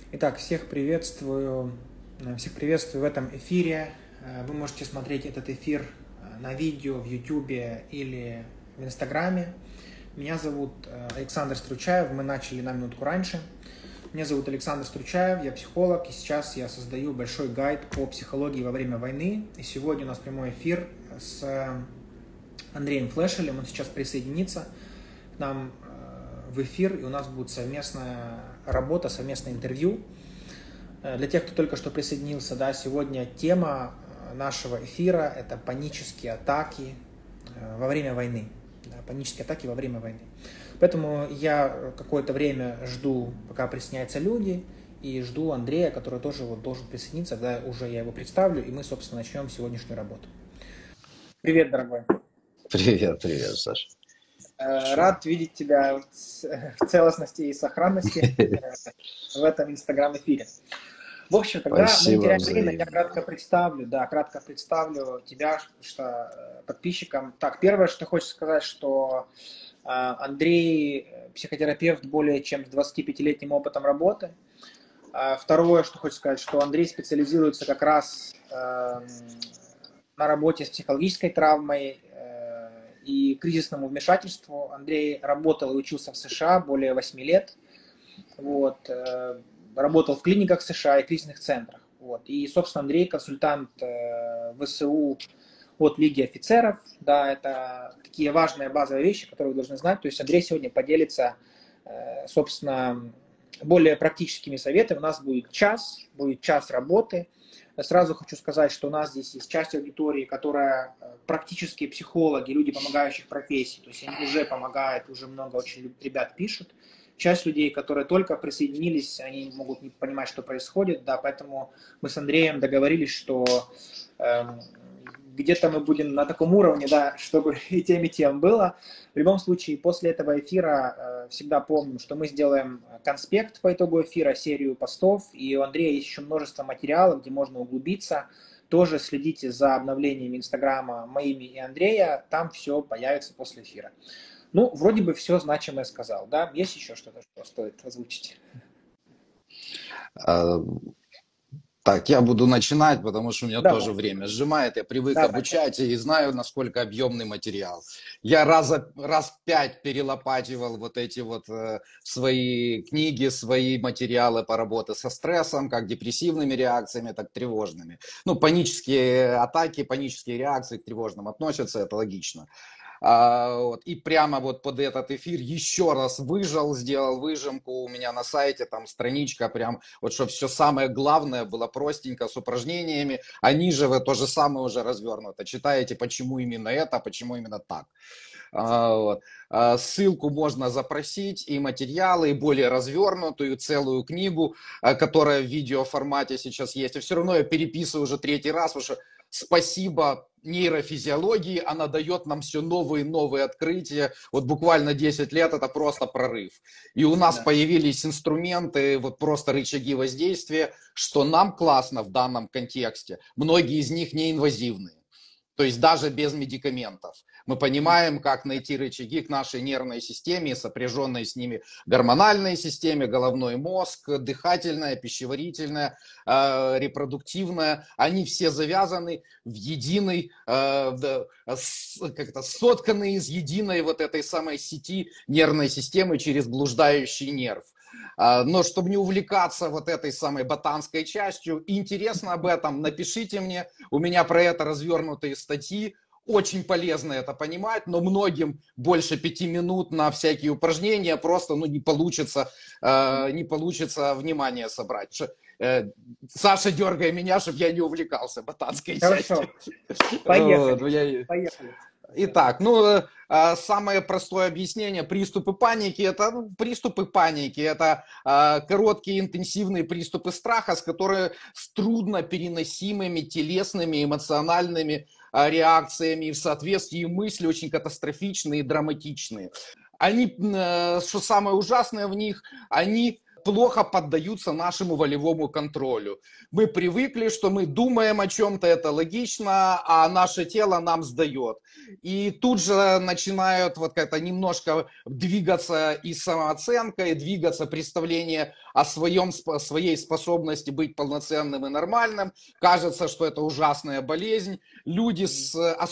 Итак, всех приветствую в этом эфире. Вы можете смотреть этот эфир на видео в YouTube или в Инстаграме. Меня зовут Александр Стручаев, мы начали на минутку раньше. Меня зовут Александр Стручаев, я психолог, и сейчас я создаю большой гайд по психологии во время войны. И сегодня у нас прямой эфир с Андреем Флешелем, он сейчас присоединится к нам в эфир, и у нас будет совместная работа, совместное интервью. Для тех, кто только что присоединился, да, сегодня тема нашего эфира – это панические атаки во время войны. Да, панические атаки во время войны. Поэтому я какое-то время жду, пока присоединяются люди, и жду Андрея, который тоже должен присоединиться, когда уже я его представлю, и мы, собственно, начнем сегодняшнюю работу. Привет, дорогой. Привет, Саша. Рад видеть тебя в целостности и сохранности в этом инстаграм-эфире. В общем, тогда мы не теряем время, я кратко представлю тебя подписчикам. Так, первое, что хочется сказать, что Андрей психотерапевт более чем с 25-летним опытом работы. Второе, что хочется сказать, что Андрей специализируется как раз на работе с психологической травмой и кризисному вмешательству. Андрей работал и учился в США более 8 лет. Работал в клиниках США и кризисных центрах. И, собственно, Андрей консультант ВСУ от Лиги офицеров. Да, это такие важные базовые вещи, которые вы должны знать. То есть Андрей сегодня поделится, собственно, более практическими советами. У нас будет час работы. Сразу хочу сказать, что у нас здесь есть часть аудитории, которая практические психологи, люди помогающих профессий. То есть они уже помогают, уже много очень ребят пишут. Часть людей, которые только присоединились, они могут не понимать, что происходит, да, поэтому мы с Андреем договорились, что где-то мы будем на таком уровне, да, чтобы и тем было. В любом случае, после этого эфира всегда помним, что мы сделаем конспект по итогу эфира, серию постов, и у Андрея есть еще множество материалов, где можно углубиться. Тоже следите за обновлениями Инстаграма моими и Андрея, там все появится после эфира. Ну, вроде бы все значимое сказал, да? Есть еще что-то, что стоит озвучить? Так, я буду начинать, потому что у меня тоже время сжимает. Я привык обучать и знаю, насколько объемный материал. Я раз 5 перелопативал вот эти вот свои книги, свои материалы по работе со стрессом, как депрессивными реакциями, так и тревожными. Ну, панические атаки, панические реакции к тревожным относятся, это логично. И прямо вот под этот эфир еще раз сделал выжимку у меня на сайте, там страничка прям, вот чтобы все самое главное было простенько с упражнениями, а ниже вы то же самое уже развернуто. Читаете, почему именно это, почему именно так. Ссылку можно запросить, и материалы, и более развернутую целую книгу, которая в видеоформате сейчас есть. И все равно я переписываю уже 3-й раз, потому что спасибо нейрофизиологии, она дает нам все новые и новые открытия. Вот буквально 10 лет это просто прорыв. И у нас появились инструменты, вот просто рычаги воздействия, что нам классно в данном контексте. Многие из них неинвазивные. То есть даже без медикаментов. Мы понимаем, как найти рычаги к нашей нервной системе, сопряженной с ними гормональной системе, головной мозг, дыхательная, пищеварительная, репродуктивная. Они все завязаны в единый, как-то сотканы из единой вот этой самой сети нервной системы через блуждающий нерв. Но чтобы не увлекаться вот этой самой ботанской частью, интересно об этом, напишите мне. У меня про это развернутые статьи. Очень полезно это понимать, но многим больше 5 минут на всякие упражнения просто не получится внимание собрать. Саша, дергай меня, чтобы я не увлекался ботанской частью. Поехали. Итак, самое простое объяснение: приступы паники это короткие интенсивные приступы страха, с трудно переносимыми телесными, эмоциональными реакциями, и в соответствии мысли очень катастрофичные и драматичные. Они, что самое ужасное в них, они плохо поддаются нашему волевому контролю. Мы привыкли, что мы думаем о чем-то, это логично, а наше тело нам сдает. И тут же начинают вот как-то немножко двигаться и самооценка, и двигаться представление своей способности быть полноценным и нормальным. Кажется, что это ужасная болезнь. Люди с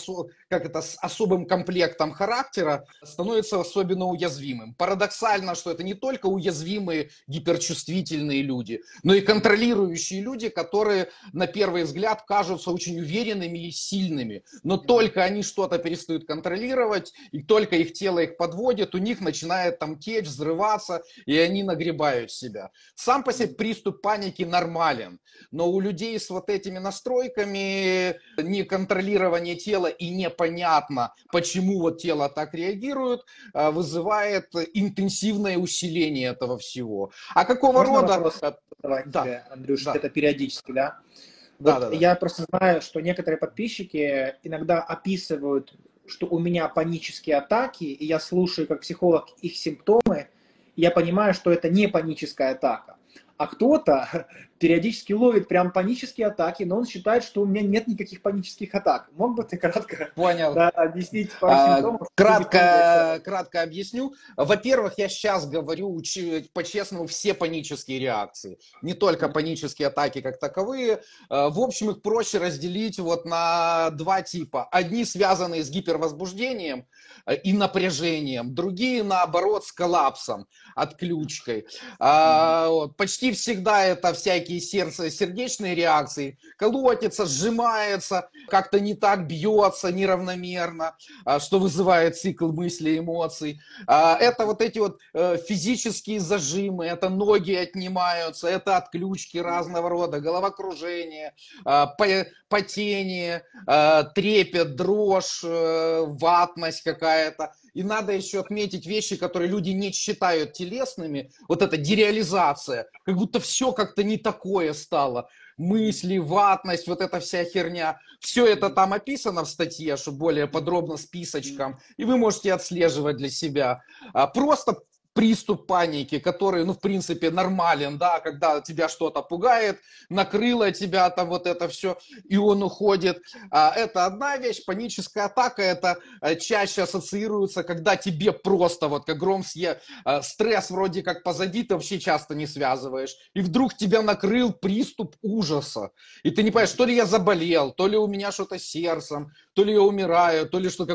особым комплектом характера становятся особенно уязвимым. Парадоксально, что это не только уязвимые гиперчувствительные люди, но и контролирующие люди, которые на первый взгляд кажутся очень уверенными и сильными. Но только они что-то перестают контролировать, и только их тело их подводит, у них начинает там течь, взрываться, и они нагребают себя. Сам по себе приступ паники нормален, но у людей с вот этими настройками неконтролирование тела и непонятно, почему вот тело так реагирует, вызывает интенсивное усиление этого всего. А какого Можно рода... вопрос задавать Да, тебе, Андрюш, да, это периодически, да? да, Вот да, да. я просто знаю, что некоторые подписчики иногда описывают, что у меня панические атаки, и я слушаю как психолог их симптомы, и я понимаю, что это не паническая атака. А кто-то периодически ловит прям панические атаки, но он считает, что у меня нет никаких панических атак. Мог бы ты кратко Понял. объяснить пару симптомов? Кратко объясню. Во-первых, я сейчас говорю по-честному все панические реакции. Не только панические атаки как таковые. В общем, их проще разделить вот на два типа. Одни связанные с гипервозбуждением и напряжением, другие, наоборот, с коллапсом, отключкой. Почти всегда это всякие сердечные реакции. Колотится, сжимается, как-то не так бьется неравномерно, что вызывает цикл мыслей и эмоций. Это вот эти вот физические зажимы, это ноги отнимаются, это отключки разного рода, головокружение, потение, трепет, дрожь, ватность какая-то. И надо еще отметить вещи, которые люди не считают телесными. Вот эта дереализация, как будто все как-то не такое стало. Мысли, ватность, вот эта вся херня. Все это там описано в статье, что более подробно списочком. И вы можете отслеживать для себя. Просто приступ паники, который, ну, в принципе, нормален, да, когда тебя что-то пугает, накрыло тебя там вот это все, и он уходит. Это одна вещь. Паническая атака, это чаще ассоциируется, когда тебе просто, вот как гром стресс вроде как позади, ты вообще часто не связываешь, и вдруг тебя накрыл приступ ужаса, и ты не понимаешь, то ли я заболел, то ли у меня что-то с сердцем, то ли я умираю, то ли что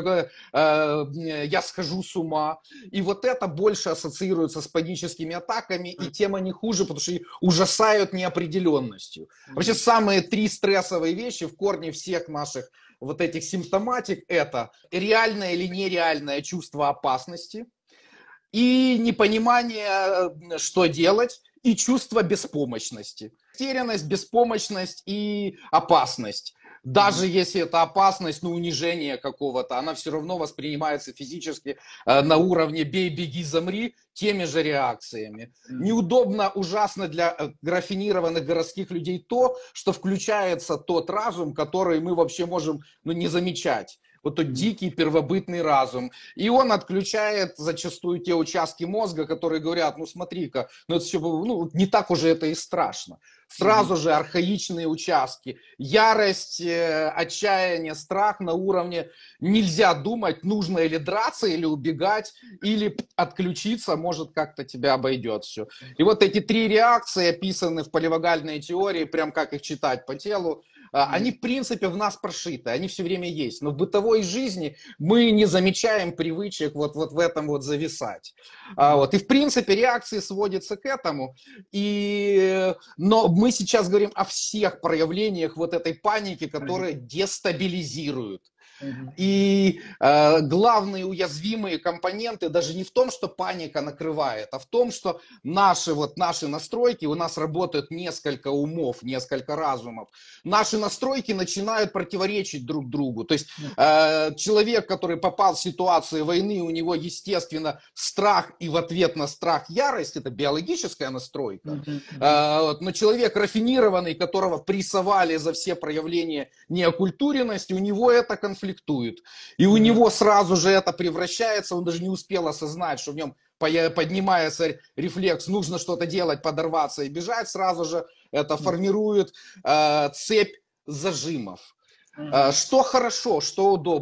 я схожу с ума. И вот это больше ассоциируется с паническими атаками, и тем они хуже, потому что ужасают неопределенностью. Вообще самые три стрессовые вещи в корне всех наших вот этих симптоматик — это реальное или нереальное чувство опасности и непонимание, что делать, и чувство беспомощности. Растерянность, беспомощность и опасность. Даже если это опасность, унижение какого-то, она все равно воспринимается физически на уровне «бей, беги, замри» теми же реакциями. Неудобно, ужасно для рафинированных городских людей то, что включается тот разум, который мы вообще можем не замечать. Вот тот дикий первобытный разум. И он отключает зачастую те участки мозга, которые говорят, смотри-ка, это все, не так уже это и страшно. Сразу же архаичные участки. Ярость, отчаяние, страх на уровне нельзя думать, нужно или драться, или убегать, или отключиться, может как-то тебя обойдет все. И вот эти три реакции описаны в поливагальной теории, прям как их читать по телу. Они, в принципе, в нас прошиты, они все время есть. Но в бытовой жизни мы не замечаем привычек вот в этом вот зависать. И, в принципе, реакции сводятся к этому. Но мы сейчас говорим о всех проявлениях вот этой паники, которые дестабилизируют. И главные уязвимые компоненты даже не в том, что паника накрывает, а в том, что наши настройки, у нас работают несколько умов, несколько разумов. Наши настройки начинают противоречить друг другу. То есть человек, который попал в ситуацию войны, у него, естественно, страх и в ответ на страх ярость, это биологическая настройка. Но человек рафинированный, которого прессовали за все проявления неокультуренности, у него это конфликтует. И у него сразу же это превращается, он даже не успел осознать, что в нем поднимается рефлекс, нужно что-то делать, подорваться и бежать, сразу же это формирует цепь зажимов. Что хорошо, что удобно.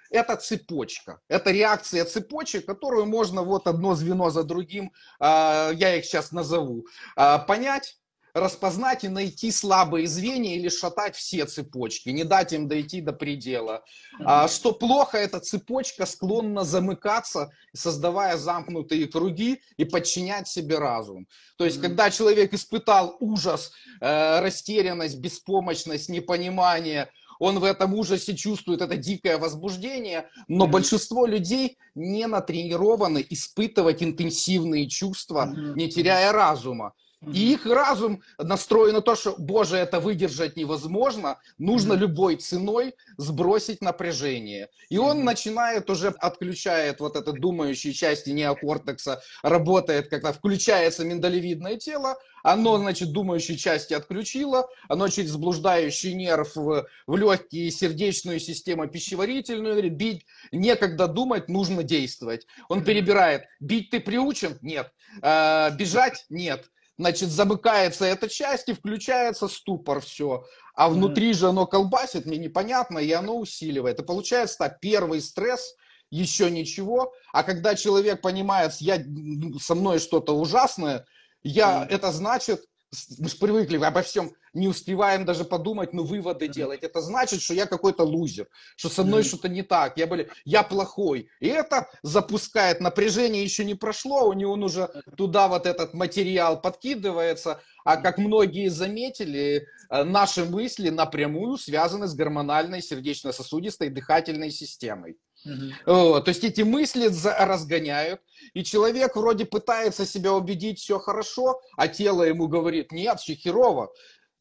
это цепочка. Это реакция цепочек, которую можно вот одно звено за другим, я их сейчас назову, понять, распознать и найти слабые звенья или шатать все цепочки, не дать им дойти до предела. Что плохо, эта цепочка склонна замыкаться, создавая замкнутые круги и подчинять себе разум. То есть, когда человек испытал ужас, растерянность, беспомощность, непонимание, он в этом ужасе чувствует это дикое возбуждение, но большинство людей не натренированы испытывать интенсивные чувства, не теряя разума. И их разум настроен на то, что, боже, это выдержать невозможно, нужно любой ценой сбросить напряжение. И он начинает уже, отключает вот это думающие части неокортекса, работает, когда включается миндалевидное тело, оно, значит, думающие части отключило, оно через блуждающий нерв в легкие, сердечную систему, пищеварительную, говорит, бить некогда думать, нужно действовать. Он перебирает, бить ты приучен? Нет. Бежать? Нет. Значит, замыкается эта часть и включается ступор, все. А внутри же оно колбасит, мне непонятно, и оно усиливает. И получается так, первый стресс, еще ничего, а когда человек понимает, со мной что-то ужасное, это значит, мы же привыкли обо всем, не успеваем даже подумать, выводы делать. Это значит, что я какой-то лузер, что со мной что-то не так, я плохой. И это запускает, напряжение еще не прошло, у него уже туда вот этот материал подкидывается, а как многие заметили, наши мысли напрямую связаны с гормональной сердечно-сосудистой дыхательной системой. То есть эти мысли разгоняют, и человек вроде пытается себя убедить, все хорошо, а тело ему говорит, нет, все херово.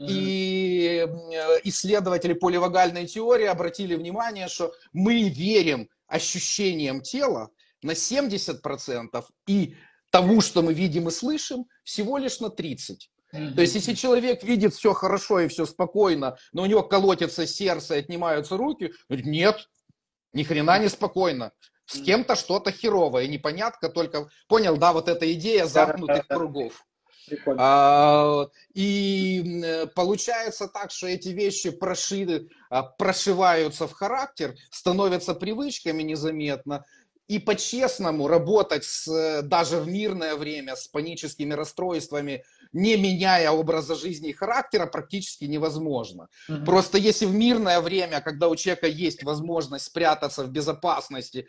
И исследователи поливагальной теории обратили внимание, что мы верим ощущениям тела на 70% и тому, что мы видим и слышим, всего лишь на 30%. То есть, если человек видит все хорошо и все спокойно, но у него колотится сердце и отнимаются руки, говорит, нет, ни хрена не спокойно. С кем-то что-то херовое, непонятно, только понял, да, вот эта идея замкнутых кругов. И получается так, что эти вещи прошиваются в характер, становятся привычками незаметно. И по-честному работать даже в мирное время с паническими расстройствами, не меняя образа жизни и характера, практически невозможно. Просто если в мирное время, когда у человека есть возможность спрятаться в безопасности,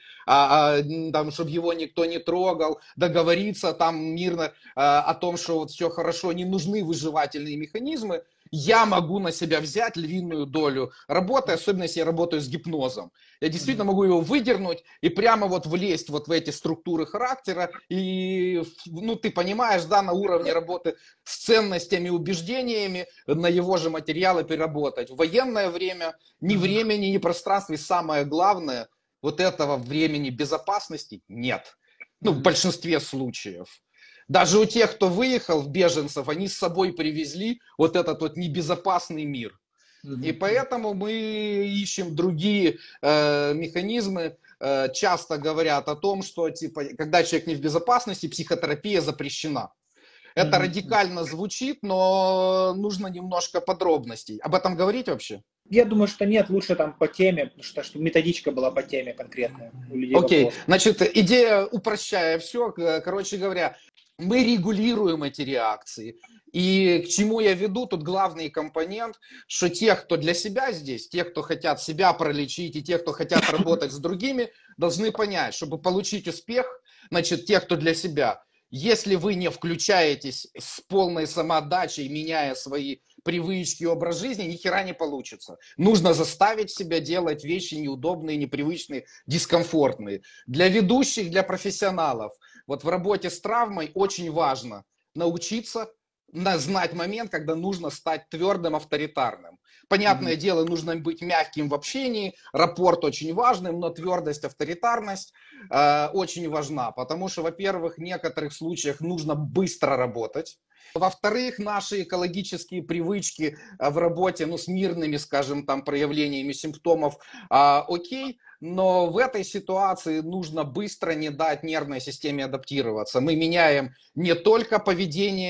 там, чтобы его никто не трогал, договориться там мирно о том, что вот все хорошо, не нужны выживательные механизмы, я могу на себя взять львиную долю работы, особенно если я работаю с гипнозом. Я действительно могу его выдернуть и прямо вот влезть вот в эти структуры характера. И, ты понимаешь, да, на уровне работы с ценностями, убеждениями, на его же материалы переработать. В военное время ни времени, ни пространства, и самое главное, вот этого времени безопасности нет. В большинстве случаев. Даже у тех, кто выехал, в беженцев, они с собой привезли вот этот вот небезопасный мир. И поэтому мы ищем другие механизмы. Часто говорят о том, что когда человек не в безопасности, психотерапия запрещена. Это радикально звучит, но нужно немножко подробностей. Об этом говорить вообще? Я думаю, что нет, лучше там по теме, потому что методичка была по теме конкретная у людей. Окей, значит, идея, упрощая все, короче говоря, мы регулируем эти реакции. И к чему я веду, тут главный компонент, что те, кто для себя здесь, те, кто хотят себя пролечить, и те, кто хотят работать с другими, должны понять, чтобы получить успех, значит, те, кто для себя, если вы не включаетесь с полной самоотдачей, меняя свои привычки и образ жизни, ни хера не получится. Нужно заставить себя делать вещи неудобные, непривычные, дискомфортные. Для ведущих, для профессионалов, вот в работе с травмой очень важно научиться знать момент, когда нужно стать твердым, авторитарным. Понятное дело, нужно быть мягким в общении, рапорт очень важный, но твердость, авторитарность очень важна, потому что, во-первых, в некоторых случаях нужно быстро работать. Во-вторых, наши экологические привычки в работе, с мирными, скажем, там, проявлениями симптомов, окей, но в этой ситуации нужно быстро не дать нервной системе адаптироваться. Мы меняем не только поведение,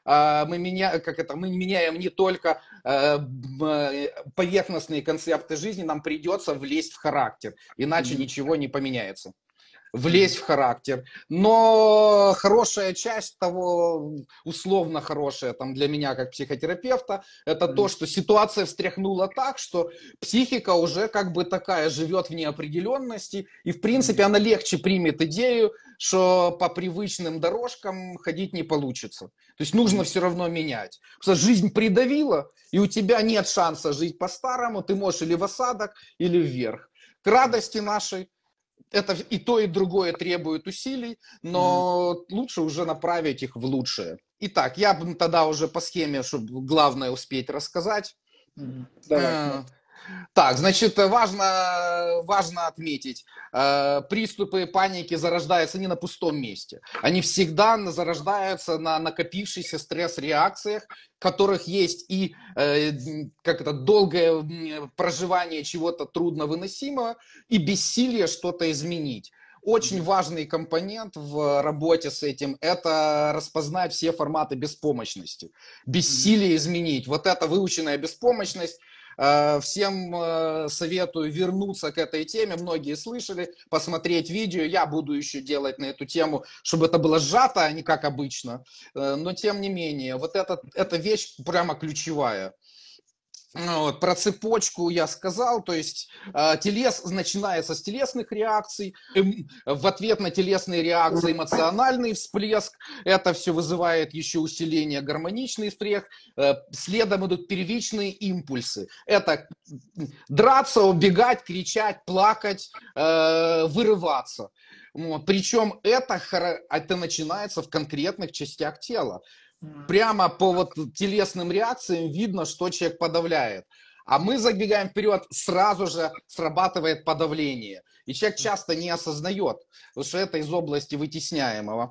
мы меняем не только поверхностные концепты жизни, нам придется влезть в характер, иначе ничего не поменяется. Влезть в характер. Но хорошая часть того, условно хорошая там для меня как психотерапевта, это то, что ситуация встряхнула так, что психика уже как бы такая живет в неопределенности, и в принципе она легче примет идею, что по привычным дорожкам ходить не получится. То есть нужно все равно менять. Потому что жизнь придавила, и у тебя нет шанса жить по-старому, ты можешь или в осадок, или вверх. К радости нашей, это и то, и другое требует усилий, но лучше уже направить их в лучшее. Итак, я тогда уже по схеме, чтобы главное успеть рассказать. Давай. Так, значит, важно отметить, приступы паники зарождаются не на пустом месте. Они всегда зарождаются на накопившихся стресс-реакциях, в которых есть и долгое проживание чего-то трудновыносимого и бессилие что-то изменить. Очень важный компонент в работе с этим – это распознать все форматы беспомощности. Бессилие изменить. Вот эта выученная беспомощность. Всем советую вернуться к этой теме. Многие слышали, посмотреть видео. Я буду еще делать на эту тему, чтобы это было сжато, а не как обычно. Но тем не менее, вот эта вещь прямо ключевая. Вот, про цепочку я сказал, то есть начинается с телесных реакций, в ответ на телесные реакции эмоциональный всплеск, это все вызывает еще усиление гармоничный всплеск, следом идут первичные импульсы, это драться, убегать, кричать, плакать, вырываться. Вот. Причем это начинается в конкретных частях тела. Прямо по вот телесным реакциям видно, что человек подавляет. А мы забегаем вперед, сразу же срабатывает подавление. И человек часто не осознает, потому что это из области вытесняемого.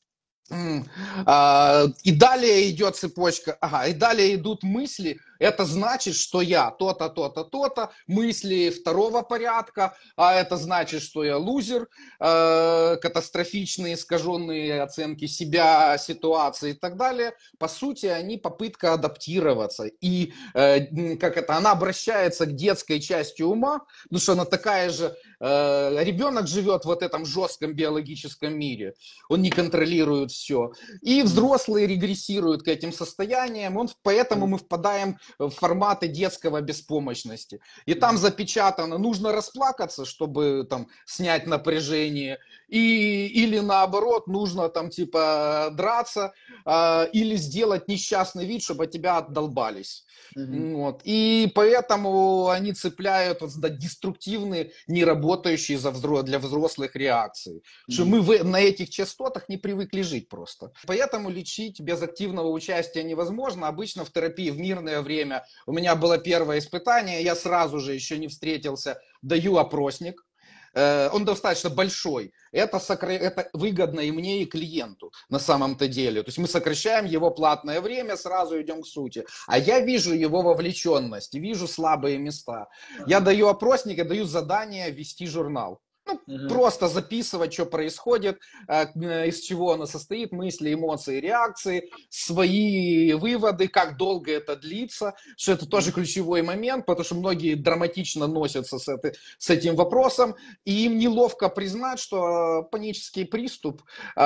И далее идет цепочка, и далее идут мысли, это значит, что я то-то, то-то, то-то, мысли второго порядка, а это значит, что я лузер, катастрофичные, искаженные оценки себя, ситуации и так далее. По сути, они попытка адаптироваться. И она обращается к детской части ума, потому что она такая же, ребенок живет в вот этом жестком биологическом мире, он не контролирует все. И взрослые регрессируют к этим состояниям, поэтому мы впадаем в форматы детского беспомощности. И там запечатано, нужно расплакаться, чтобы там снять напряжение, или наоборот, нужно там типа драться, или сделать несчастный вид, чтобы от тебя отдолбались. Вот. И поэтому они цепляют деструктивные, неработающие для взрослых реакции. Что мы на этих частотах не привыкли жить просто. Поэтому лечить без активного участия невозможно. Обычно в терапии в мирное время у меня было первое испытание, я сразу же еще не встретился, даю опросник. Он достаточно большой. Это выгодно и мне, и клиенту на самом-то деле. То есть мы сокращаем его платное время, сразу идем к сути. А я вижу его вовлеченность, вижу слабые места. Я даю опросник, я даю задание вести журнал. Просто записывать, что происходит, из чего оно состоит, мысли, эмоции, реакции, свои выводы, как долго это длится, что это тоже ключевой момент, потому что многие драматично носятся с этим вопросом, и им неловко признать, что панический приступ,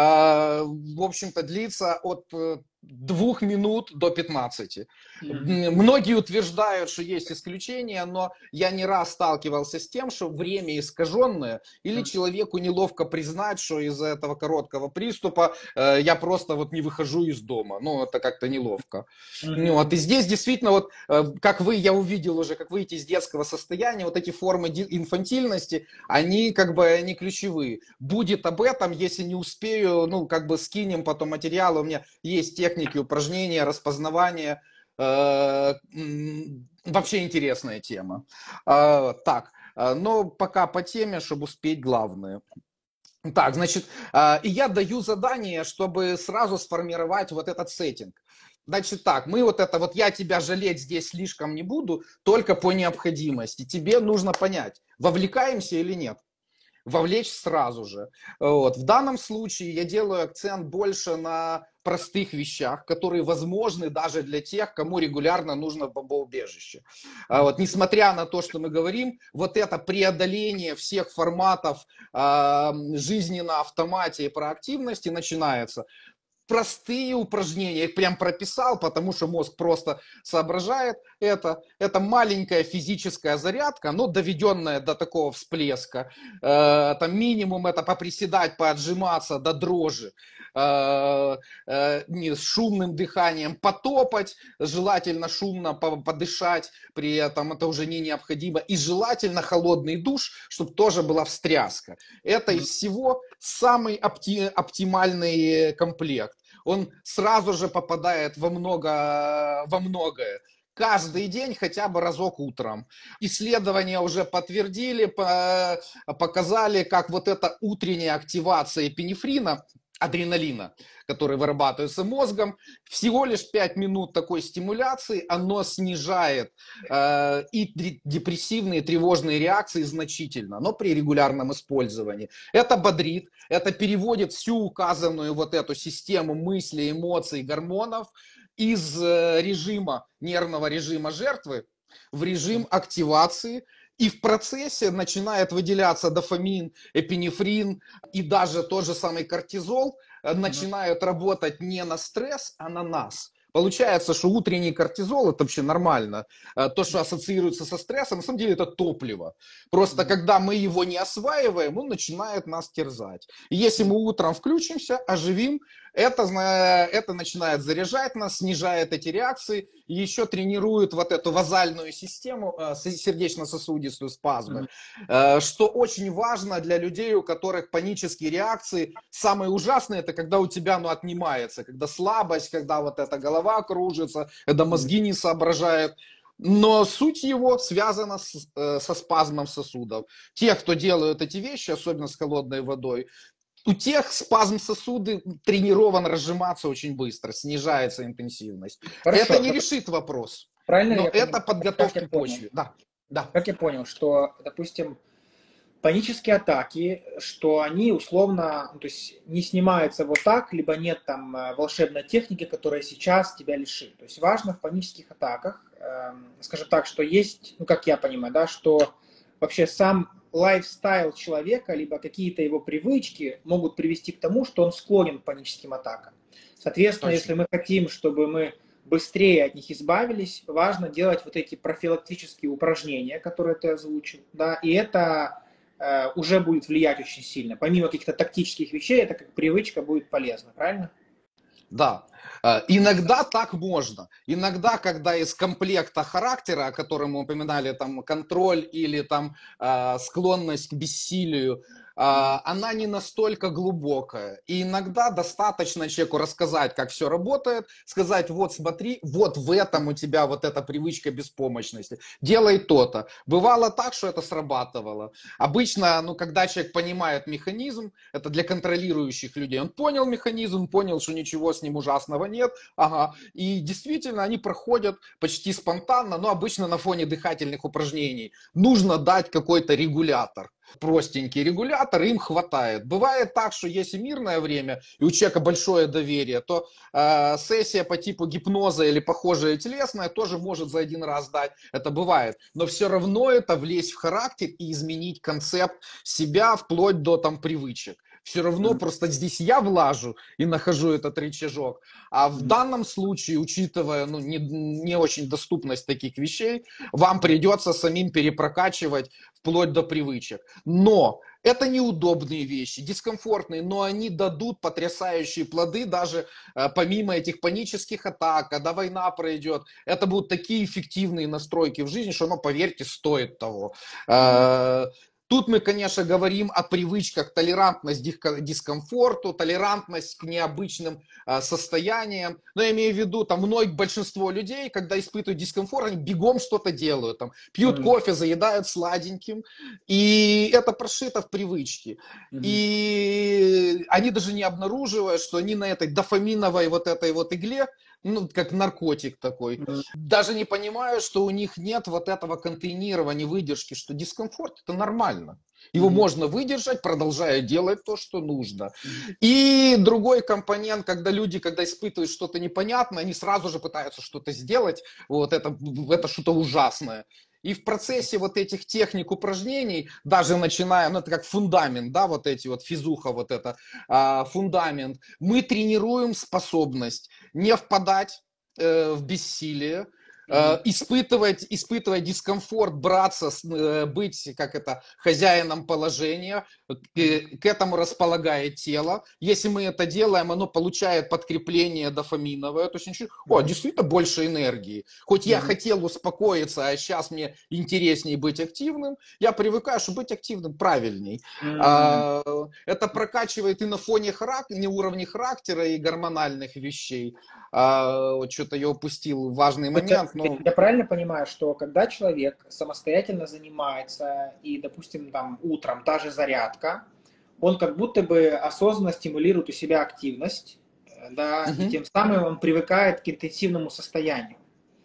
в общем-то, длится от 2 минут до 15. Многие утверждают, что есть исключения, но я не раз сталкивался с тем, что время искаженное, или человеку неловко признать, что из-за этого короткого приступа я просто не выхожу из дома. Это как-то неловко. И здесь действительно, я увидел уже, как выйти из детского состояния, эти формы инфантильности, они они ключевые. Будет об этом, если не успею, скинем потом материалы, у меня есть техники, упражнения, распознавания. Вообще интересная тема. Но пока по теме, чтобы успеть главное. Так, значит, и я даю задание, чтобы сразу сформировать этот сеттинг. Значит так, я тебя жалеть здесь слишком не буду, только по необходимости. Тебе нужно понять, вовлекаемся или нет. вовлечь сразу же. Вот. В данном случае я делаю акцент больше на простых вещах, которые возможны даже для тех, кому регулярно нужно бомбоубежище. Вот, несмотря на то, что мы говорим, вот это преодоление всех форматов жизни на автомате и проактивности начинается. Простые упражнения, я их прям прописал, потому что мозг просто соображает это. Это маленькая физическая зарядка, но доведенная до такого всплеска. Там минимум это поприседать, поотжиматься до дрожи. С шумным дыханием потопать, желательно шумно подышать, при этом это уже не необходимо. И желательно холодный душ, чтобы тоже была встряска. Это из всего самый оптимальный комплект. Он сразу же попадает во многое. Каждый день хотя бы разок утром. Исследования уже подтвердили, показали, как вот эта утренняя активация эпинефрина, адреналина, который вырабатывается мозгом, всего лишь 5 минут такой стимуляции, оно снижает и депрессивные, тревожные реакции значительно, но при регулярном использовании. Это бодрит, это переводит всю указанную вот эту систему мыслей, эмоций, гормонов из нервного режима жертвы в режим активации. И в процессе начинает выделяться дофамин, эпинефрин и даже тот же самый кортизол начинают работать не на стресс, а на нас. Получается, что утренний кортизол это вообще нормально. То, что ассоциируется со стрессом, на самом деле это топливо. Просто когда мы его не осваиваем, он начинает нас терзать. И если мы утром включимся, оживим, это начинает заряжать нас, снижает эти реакции и еще тренирует вот эту вазальную систему, сердечно-сосудистую спазмы, что очень важно для людей, у которых панические реакции. Самое ужасное это когда у тебя отнимается, когда слабость, когда вот эта голова кружится, когда мозги не соображают. Но суть его связана со спазмом сосудов. Те, кто делают эти вещи, особенно с холодной водой, у тех спазм сосуды тренирован разжиматься очень быстро, снижается интенсивность. Хорошо. Это не решит вопрос, Правильно но я это понимаю, подготовка к почве. Да. Как я понял, что, допустим, панические атаки, что они условно, то есть не снимаются вот так, либо нет там волшебной техники, которая сейчас тебя лишит. То есть важно в панических атаках, скажем так, что есть, как я понимаю, да, что вообще сам лайфстайл человека, либо какие-то его привычки могут привести к тому, что он склонен к паническим атакам. Соответственно, Точно. если мы хотим, чтобы мы быстрее от них избавились, важно делать вот эти профилактические упражнения, которые ты озвучил, да, и это уже будет влиять очень сильно. Помимо каких-то тактических вещей, это как привычка будет полезна, правильно? Да. Иногда так можно. Иногда, когда из комплекта характера, о котором мы упоминали, там контроль или там склонность к бессилию, она не настолько глубокая. И иногда достаточно человеку рассказать, как все работает, сказать, вот смотри, вот в этом у тебя вот эта привычка беспомощности. Делай то-то. Бывало так, что это срабатывало. Обычно, когда человек понимает механизм, это для контролирующих людей. Он понял механизм, понял, что ничего с ним ужасного нет. Ага. И действительно, они проходят почти спонтанно, но обычно на фоне дыхательных упражнений. Нужно дать какой-то регулятор. Простенький регулятор, им хватает. Бывает так, что если мирное время и у человека большое доверие, то сессия по типу гипноза или похожее телесное тоже может за один раз дать. Это бывает. Но все равно это влезть в характер и изменить концепт себя вплоть до привычек. Все равно просто здесь я влажу и нахожу этот рычажок. А в данном случае, учитывая не очень доступность таких вещей, вам придется самим перепрокачивать вплоть до привычек. Но это неудобные вещи, дискомфортные, но они дадут потрясающие плоды даже помимо этих панических атак, когда война пройдет. Это будут такие эффективные настройки в жизни, что оно, поверьте, стоит того. Тут мы, конечно, говорим о привычках, толерантность к дискомфорту, толерантность к необычным состояниям. Но я имею в виду, большинство людей, когда испытывают дискомфорт, они бегом что-то делают. Пьют кофе, заедают сладеньким. И это прошито в привычке. И они даже не обнаруживают, что они на этой дофаминовой вот этой вот игле ну, как наркотик такой. Мгм. Даже не понимаю, что у них нет вот этого контейнирования, выдержки, что дискомфорт это нормально. Его Мгм. можно выдержать, продолжая делать то, что нужно. Мгм. И другой компонент, когда люди, когда испытывают что-то непонятное, они сразу же пытаются что-то сделать, вот это что-то ужасное. И в процессе вот этих техник упражнений, даже начиная, ну это как фундамент, да, вот эти вот физуха, вот это фундамент, мы тренируем способность не впадать в бессилие, Мгм. испытывать дискомфорт, браться, быть, как это, хозяином положения, Мгм. к этому располагает тело. Если мы это делаем, оно получает подкрепление дофаминовое, то есть Мгм. действительно больше энергии. Хоть я Мгм. хотел успокоиться, а сейчас мне интереснее быть активным, я привыкаю, что быть активным правильней. М. Это прокачивает и на фоне не уровне характера и гормональных вещей. Вот что-то я упустил важный То есть момент, но я правильно понимаю, что когда человек самостоятельно занимается и, допустим, там утром та же зарядка, он как будто бы осознанно стимулирует у себя активность, да, и мгм, тем самым он привыкает к интенсивному состоянию.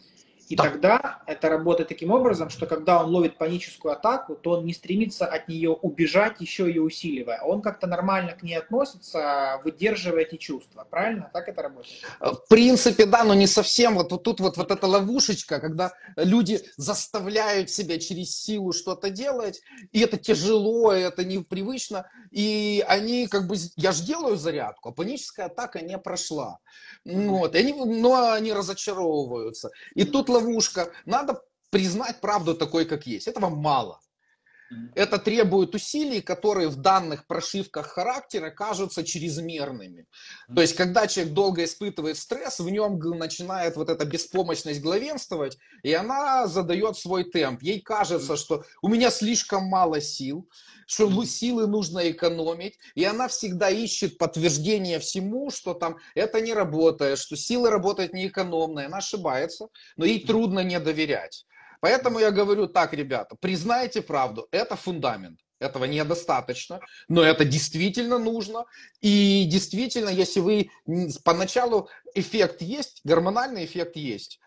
И да. тогда это работает таким образом, что когда он ловит паническую атаку, то он не стремится от нее убежать, еще ее усиливая. Он как-то нормально к ней относится, выдерживая эти чувства. Правильно? Так это работает? В принципе, да, но не совсем. Вот тут вот эта ловушечка, когда люди заставляют себя через силу что-то делать, и это тяжело, и это непривычно, и они как бы, я же делаю зарядку, а паническая атака не прошла. Мгм. Вот, но они разочаровываются. И тут ловушка. Надо признать правду такой, как есть. Этого мало. Мгм. Это требует усилий, которые в данных прошивках характера кажутся чрезмерными. То есть, когда человек долго испытывает стресс, в нем начинает вот эта беспомощность главенствовать, и она задает свой темп. Ей кажется, что у меня слишком мало сил, что Мгм. силы нужно экономить, и она всегда ищет подтверждение всему, что там это не работает, что силы работают неэкономно, и она ошибается, но ей Мгм. трудно не доверять. Поэтому я говорю так, ребята, признайте правду, это фундамент. Этого недостаточно, но это действительно нужно. И действительно, если вы поначалу эффект есть, гормональный эффект есть,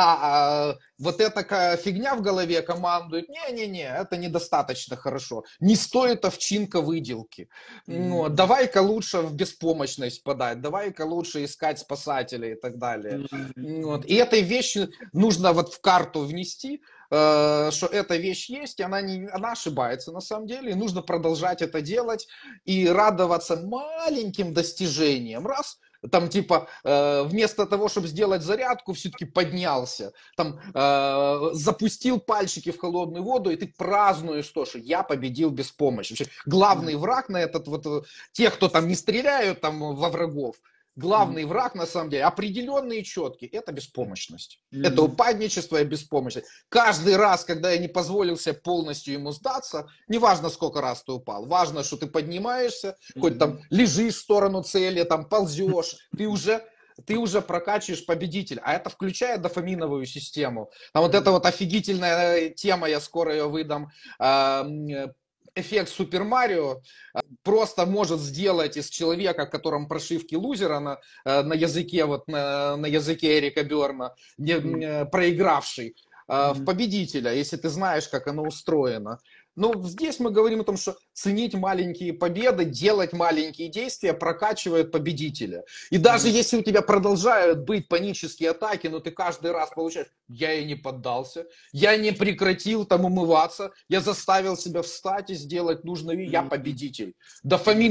вот эта фигня в голове командует, не-не-не, это недостаточно хорошо, не стоит овчинка выделки. Ну, Мгм. давай-ка лучше в беспомощность подать, давай-ка лучше искать спасателей и так далее. Вот. Мгм. И этой вещи нужно вот в карту внести, что эта вещь есть, и она ошибается на самом деле, и нужно продолжать это делать и радоваться маленьким достижениям. Раз, там типа вместо того, чтобы сделать зарядку, все-таки поднялся, там запустил пальчики в холодную воду, и ты празднуешь то, что я победил без помощи. Вообще, главный враг на этот вот, те, кто там не стреляют там во врагов, Мгм. главный враг, на самом деле, определенный и четкий, это беспомощность. Это Мгм. упадничество и беспомощность. Каждый раз, когда я не позволил себе полностью ему сдаться, неважно, сколько раз ты упал, важно, что ты поднимаешься, хоть там Мгм. лежишь в сторону цели, там ползешь, ты уже прокачиваешь победитель, а это включает дофаминовую систему. А вот эта Мгм. вот офигительная тема, я скоро ее выдам, а, эффект Супер Марио, просто может сделать из человека, в котором прошивки лузера на языке, вот на языке Эрика Берна, Мгм. проигравший, в Мгм. победителя, если ты знаешь, как оно устроено. Но здесь мы говорим о том, что ценить маленькие победы, делать маленькие действия прокачивает победителя. И даже Мгм. если у тебя продолжают быть панические атаки, но ты каждый раз получаешь, я и не поддался, я не прекратил там умываться, я заставил себя встать и сделать нужное, я Мгм. победитель. Мгм.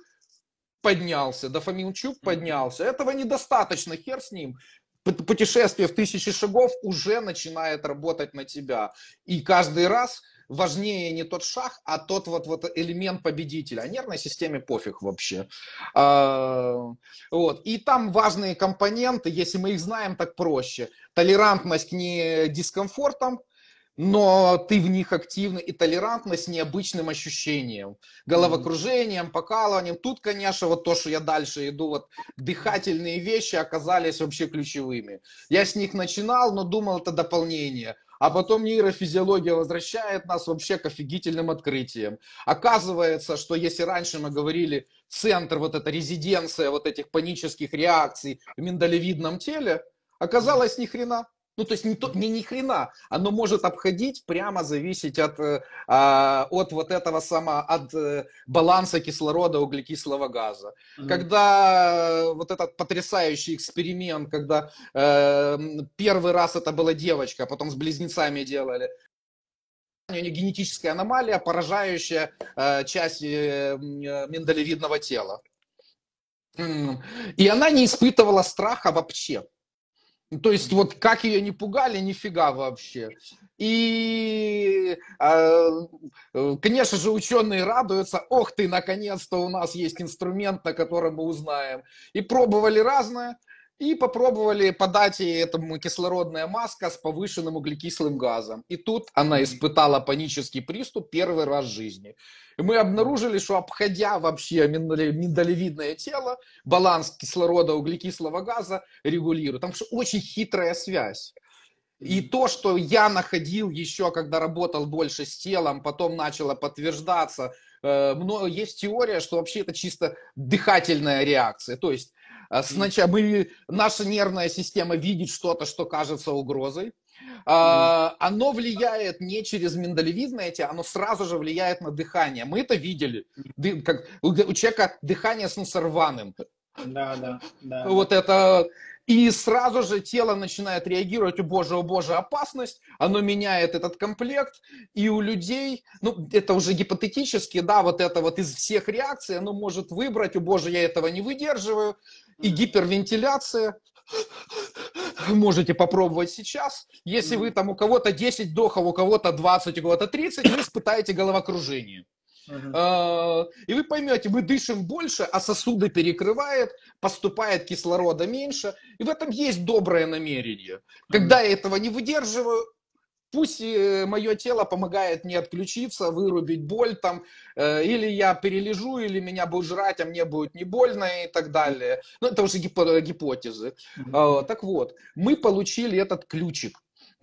Дофамин чук Мгм. поднялся. Этого недостаточно, хер с ним. Путешествие в 1000 шагов уже начинает работать на тебя. И каждый раз важнее не тот шаг, а тот вот элемент победителя. А нервной системе пофиг вообще. А, Вот. И там важные компоненты, если мы их знаем, так проще. Толерантность к не дискомфортам, но ты в них активный, и толерантность с необычным ощущением, Мгм. головокружением, покалыванием. Тут, конечно, вот то, что я дальше иду, вот дыхательные вещи оказались вообще ключевыми. Я с них начинал, но думал, это дополнение. А потом нейрофизиология возвращает нас вообще к офигительным открытиям. Оказывается, что если раньше мы говорили, центр, вот эта резиденция вот этих панических реакций в миндалевидном теле, оказалось ни хрена. Ну, то есть не ни хрена, оно может обходить, прямо зависеть от вот этого самого, от баланса кислорода, углекислого газа. Когда вот этот потрясающий эксперимент, когда первый раз это была девочка, а потом с близнецами делали, у нее генетическая аномалия, поражающая часть миндалевидного тела. И она не испытывала страха вообще. То есть вот как ее не пугали, нифига вообще. И, конечно же, ученые радуются, ох ты, наконец-то у нас есть инструмент, на котором мы узнаем. И пробовали разное, и попробовали подать ей этому кислородная маска с повышенным углекислым газом. И тут она испытала панический приступ первый раз в жизни. И мы обнаружили, что обходя вообще миндалевидное тело, баланс кислорода, углекислого газа регулирует. Там что очень хитрая связь. И то, что я находил еще, когда работал больше с телом, потом начало подтверждаться, есть теория, что вообще это чисто дыхательная реакция. То есть сначала наша нервная система видит что-то, что кажется угрозой. Оно влияет не через миндалевидное тело, оно сразу же влияет на дыхание. Мы это видели. Как у человека дыхание становится рваным. Да. Вот это... И сразу же тело начинает реагировать, о боже, опасность, оно меняет этот комплект, и у людей, ну, это уже гипотетически, да, вот это вот из всех реакций, оно может выбрать, о боже, я этого не выдерживаю, и гипервентиляция, можете попробовать сейчас, если вы там у кого-то 10 вдохов, у кого-то 20, у кого-то 30, вы испытаете головокружение. И вы поймете, мы дышим больше, а сосуды перекрывает, поступает кислорода меньше. И в этом есть доброе намерение. Когда я этого не выдерживаю, пусть мое тело помогает мне отключиться, вырубить боль там, или я перележу, или меня будут жрать, а мне будет не больно и так далее. Ну, это уже гипотезы. Так вот, мы получили этот ключик.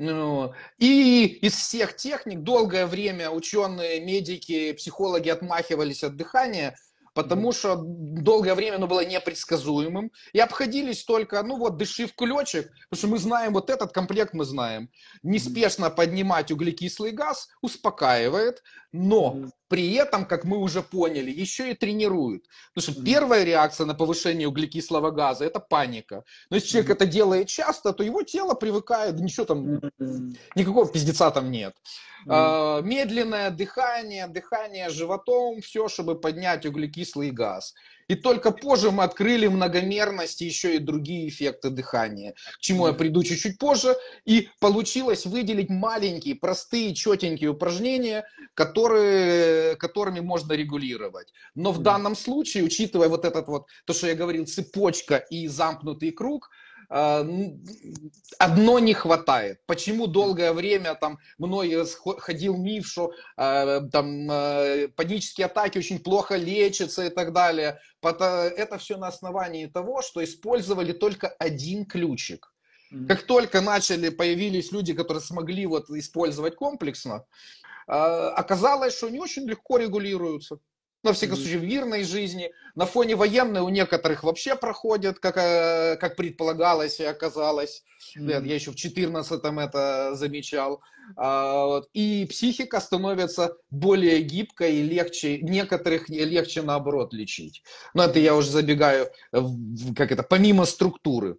И из всех техник долгое время ученые, медики, психологи отмахивались от дыхания, потому что долгое время оно было непредсказуемым. И обходились только, ну вот, дыши в ключик, потому что мы знаем, вот этот комплект мы знаем. Неспешно поднимать углекислый газ успокаивает, но при этом, как мы уже поняли, еще и тренирует. Потому что первая реакция на повышение углекислого газа – это паника. Но если человек это делает часто, то его тело привыкает, ничего там, никакого пиздеца там нет. Медленное дыхание животом, все, чтобы поднять углекислый газ. И только позже мы открыли многомерность и еще и другие эффекты дыхания, к чему я приду чуть-чуть позже. И получилось выделить маленькие, простые, четенькие упражнения, которыми можно регулировать. Но в данном случае, учитывая вот этот вот, то, что я говорил, цепочка и замкнутый круг, одно не хватает. Почему долгое время там мной ходил миф, что панические атаки очень плохо лечатся и так далее. Это все на основании того, что использовали только один ключик. Как только появились люди, которые смогли вот использовать комплексно, оказалось, что они очень легко регулируются. На всяком случае, в мирной жизни. На фоне военной у некоторых вообще проходят, как предполагалось и оказалось. Я еще в 14-м это замечал. И психика становится более гибкой и легче. Некоторых легче, наоборот, лечить. Но это я уже забегаю, помимо структуры.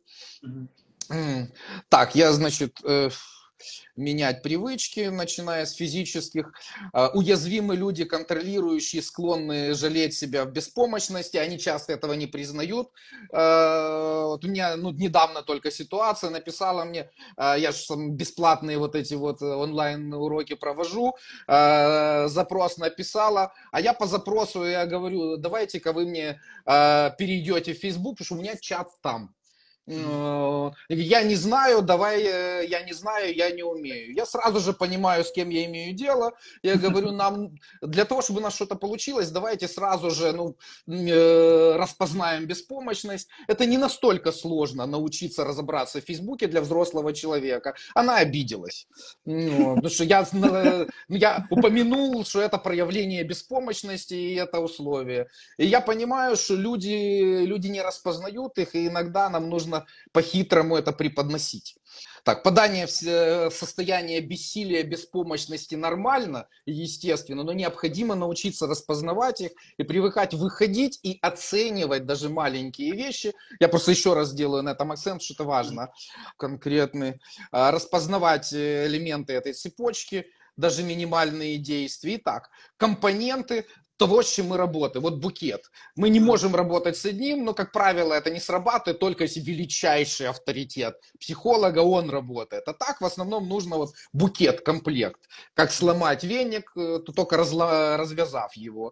Так, я, значит... менять привычки, начиная с физических. Уязвимые люди, контролирующие, склонны жалеть себя в беспомощности, они часто этого не признают. Вот у меня недавно только ситуация написала мне, я же бесплатные вот эти вот онлайн-уроки провожу, запрос написала, а я по запросу, я говорю, давайте-ка вы мне перейдете в Facebook, потому что у меня чат там. Я не знаю, давай, я не знаю, я не умею. Я сразу же понимаю, с кем я имею дело. Я говорю, нам для того, чтобы у нас что-то получилось, давайте сразу же распознаем беспомощность. Это не настолько сложно научиться разобраться в Фейсбуке для взрослого человека. Она обиделась. Потому что я упомянул, что это проявление беспомощности и это условие. И я понимаю, что люди не распознают их, и иногда нам нужно по-хитрому это преподносить. Так, падание в состояние бессилия, беспомощности нормально, естественно, но необходимо научиться распознавать их и привыкать выходить и оценивать даже маленькие вещи. Я просто еще раз делаю на этом акцент, что это важно, конкретный. Распознавать элементы этой цепочки, даже минимальные действия. Итак, компоненты того, с чем мы работаем. Вот букет. Мы не можем работать с одним, но, как правило, это не срабатывает, только если величайший авторитет психолога, он работает. А так, в основном, нужно вот букет, комплект. Как сломать веник, только развязав его.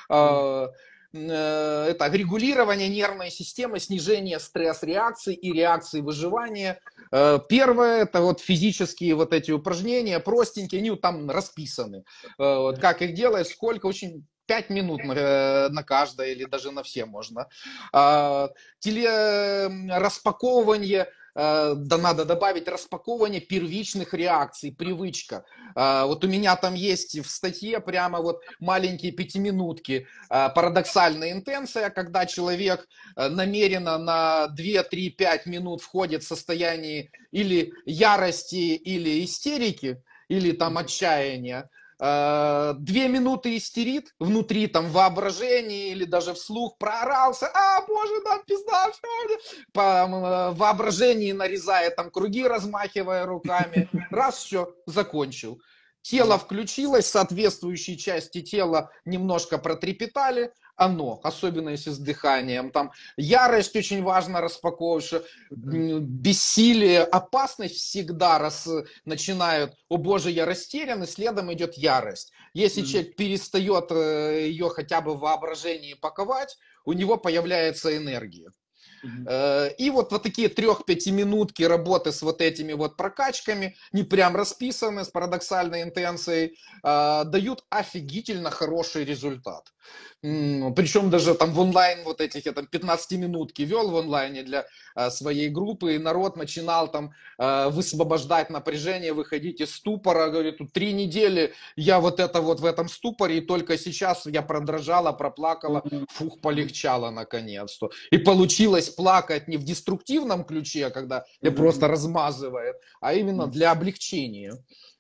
Это регулирование нервной системы, снижение стресс-реакций и реакции выживания. Первое, это вот физические вот эти упражнения, простенькие, они вот там расписаны. Вот как их делать, сколько, очень 5 минут на каждое или даже на все можно. Распаковывание, да, надо добавить распаковывание первичных реакций, привычка. Вот у меня там есть в статье прямо вот маленькие пятиминутки. Парадоксальная интенция, когда человек намеренно на 2, 3, 5 минут входит в состояние или ярости, или истерики, или там отчаяния. 2 минуты истерит, внутри там воображение или даже вслух проорался, боже, да, пизда, все, по воображении нарезая там круги, размахивая руками, раз, все, закончил. Тело включилось, соответствующие части тела немножко протрепетали, оно, особенно если с дыханием, там ярость очень важно распаковывать, что бессилие, опасность всегда начинают, о боже, я растерян, и следом идет ярость. Если человек перестает ее хотя бы в воображении паковать, у него появляется энергия. И вот такие 3-5 минутки работы с вот этими вот прокачками, не прям расписаны, с парадоксальной интенцией, дают офигительно хороший результат. Причем даже там в онлайн вот этих, я там 15-минутки вел в онлайне для своей группы, и народ начинал там высвобождать напряжение, выходить из ступора, говорит, тут 3 недели я вот это вот в этом ступоре, и только сейчас я продрожала, проплакала, фух, полегчало наконец-то. И получилось плакать не в деструктивном ключе, когда я просто размазывает, а именно для облегчения.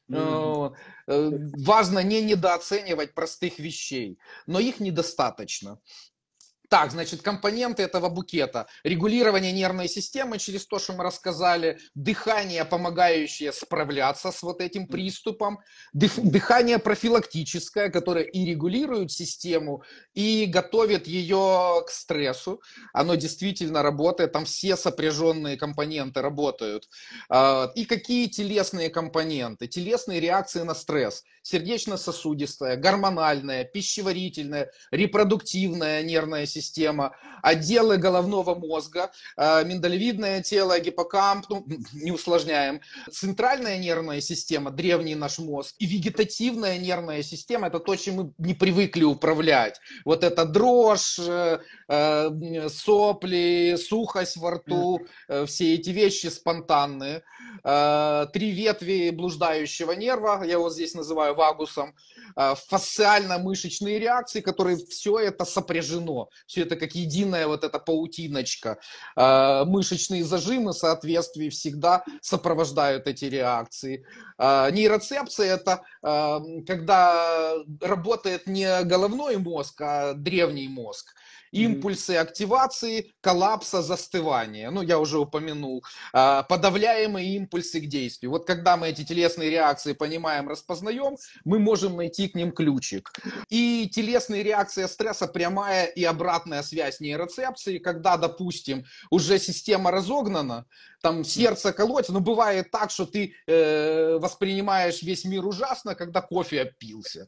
Важно не недооценивать простых вещей, но их недостаточно. Так, значит, компоненты этого букета. Регулирование нервной системы через то, что мы рассказали. Дыхание, помогающее справляться с вот этим приступом. Дыхание профилактическое, которое и регулирует систему, и готовит ее к стрессу. Оно действительно работает. Там все сопряженные компоненты работают. И какие телесные компоненты? Телесные реакции на стресс. Сердечно-сосудистая, гормональная, пищеварительная, репродуктивная нервная система, отделы головного мозга, миндалевидное тело, гиппокамп, не усложняем, центральная нервная система, древний наш мозг, и вегетативная нервная система, это то, чем мы не привыкли управлять. Вот это дрожь, сопли, сухость во рту, все эти вещи спонтанные. 3 ветви блуждающего нерва, я его здесь называю вагусом, фасциально-мышечные реакции, которые все это сопряжено, все это как единая вот эта паутиночка. Мышечные зажимы, в соответствии, всегда сопровождают эти реакции. Нейроцепция – это когда работает не головной мозг, а древний мозг. Импульсы активации, коллапса, застывания. Я уже упомянул. Подавляемые импульсы к действию. Вот когда мы эти телесные реакции понимаем, распознаем, мы можем найти к ним ключик. И телесные реакции стресса, прямая и обратная связь нейроцепции, когда, допустим, уже система разогнана, там сердце колотится, но бывает так, что ты воспринимаешь весь мир ужасно, когда кофе опился.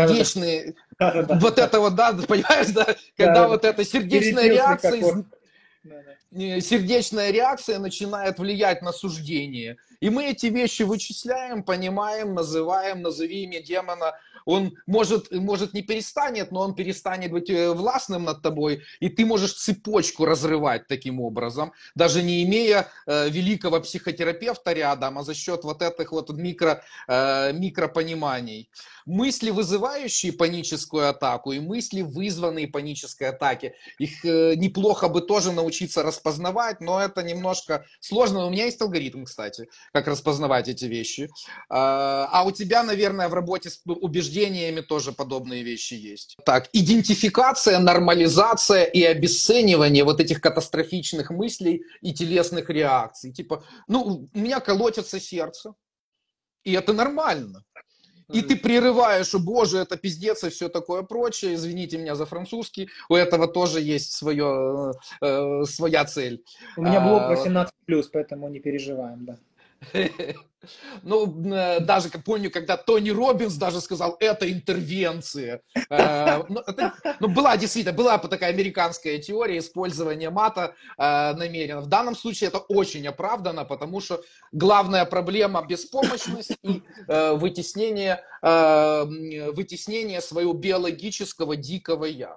Сердечные, вот это вот, да, понимаешь, да, когда вот эта сердечная реакция Да, да. Сердечная реакция начинает влиять на суждение. И мы эти вещи вычисляем, понимаем, называем, назови имя демона. Он может не перестанет, но он перестанет быть властным над тобой, и ты можешь цепочку разрывать таким образом, даже не имея великого психотерапевта рядом, а за счет вот этих вот микропониманий. Мысли, вызывающие паническую атаку, и мысли, вызванные панической атаки, их неплохо бы тоже научиться распознавать, но это немножко сложно. У меня есть алгоритм, кстати, как распознавать эти вещи. А у тебя, наверное, в работе с убеждениями тоже подобные вещи есть. Так, идентификация, нормализация и обесценивание вот этих катастрофичных мыслей и телесных реакций. Типа, ну, у меня колотится сердце, и это нормально. И ты прерываешь, о боже, это пиздец и все такое прочее. Извините меня за французский. У этого тоже есть своя цель. У меня блог 18+, поэтому не переживаем, да. Ну, даже помню, когда Тони Роббинс даже сказал, это интервенция. Ну, была такая американская теория использования мата намеренно. В данном случае это очень оправдано, потому что главная проблема беспомощность и вытеснение своего биологического дикого я.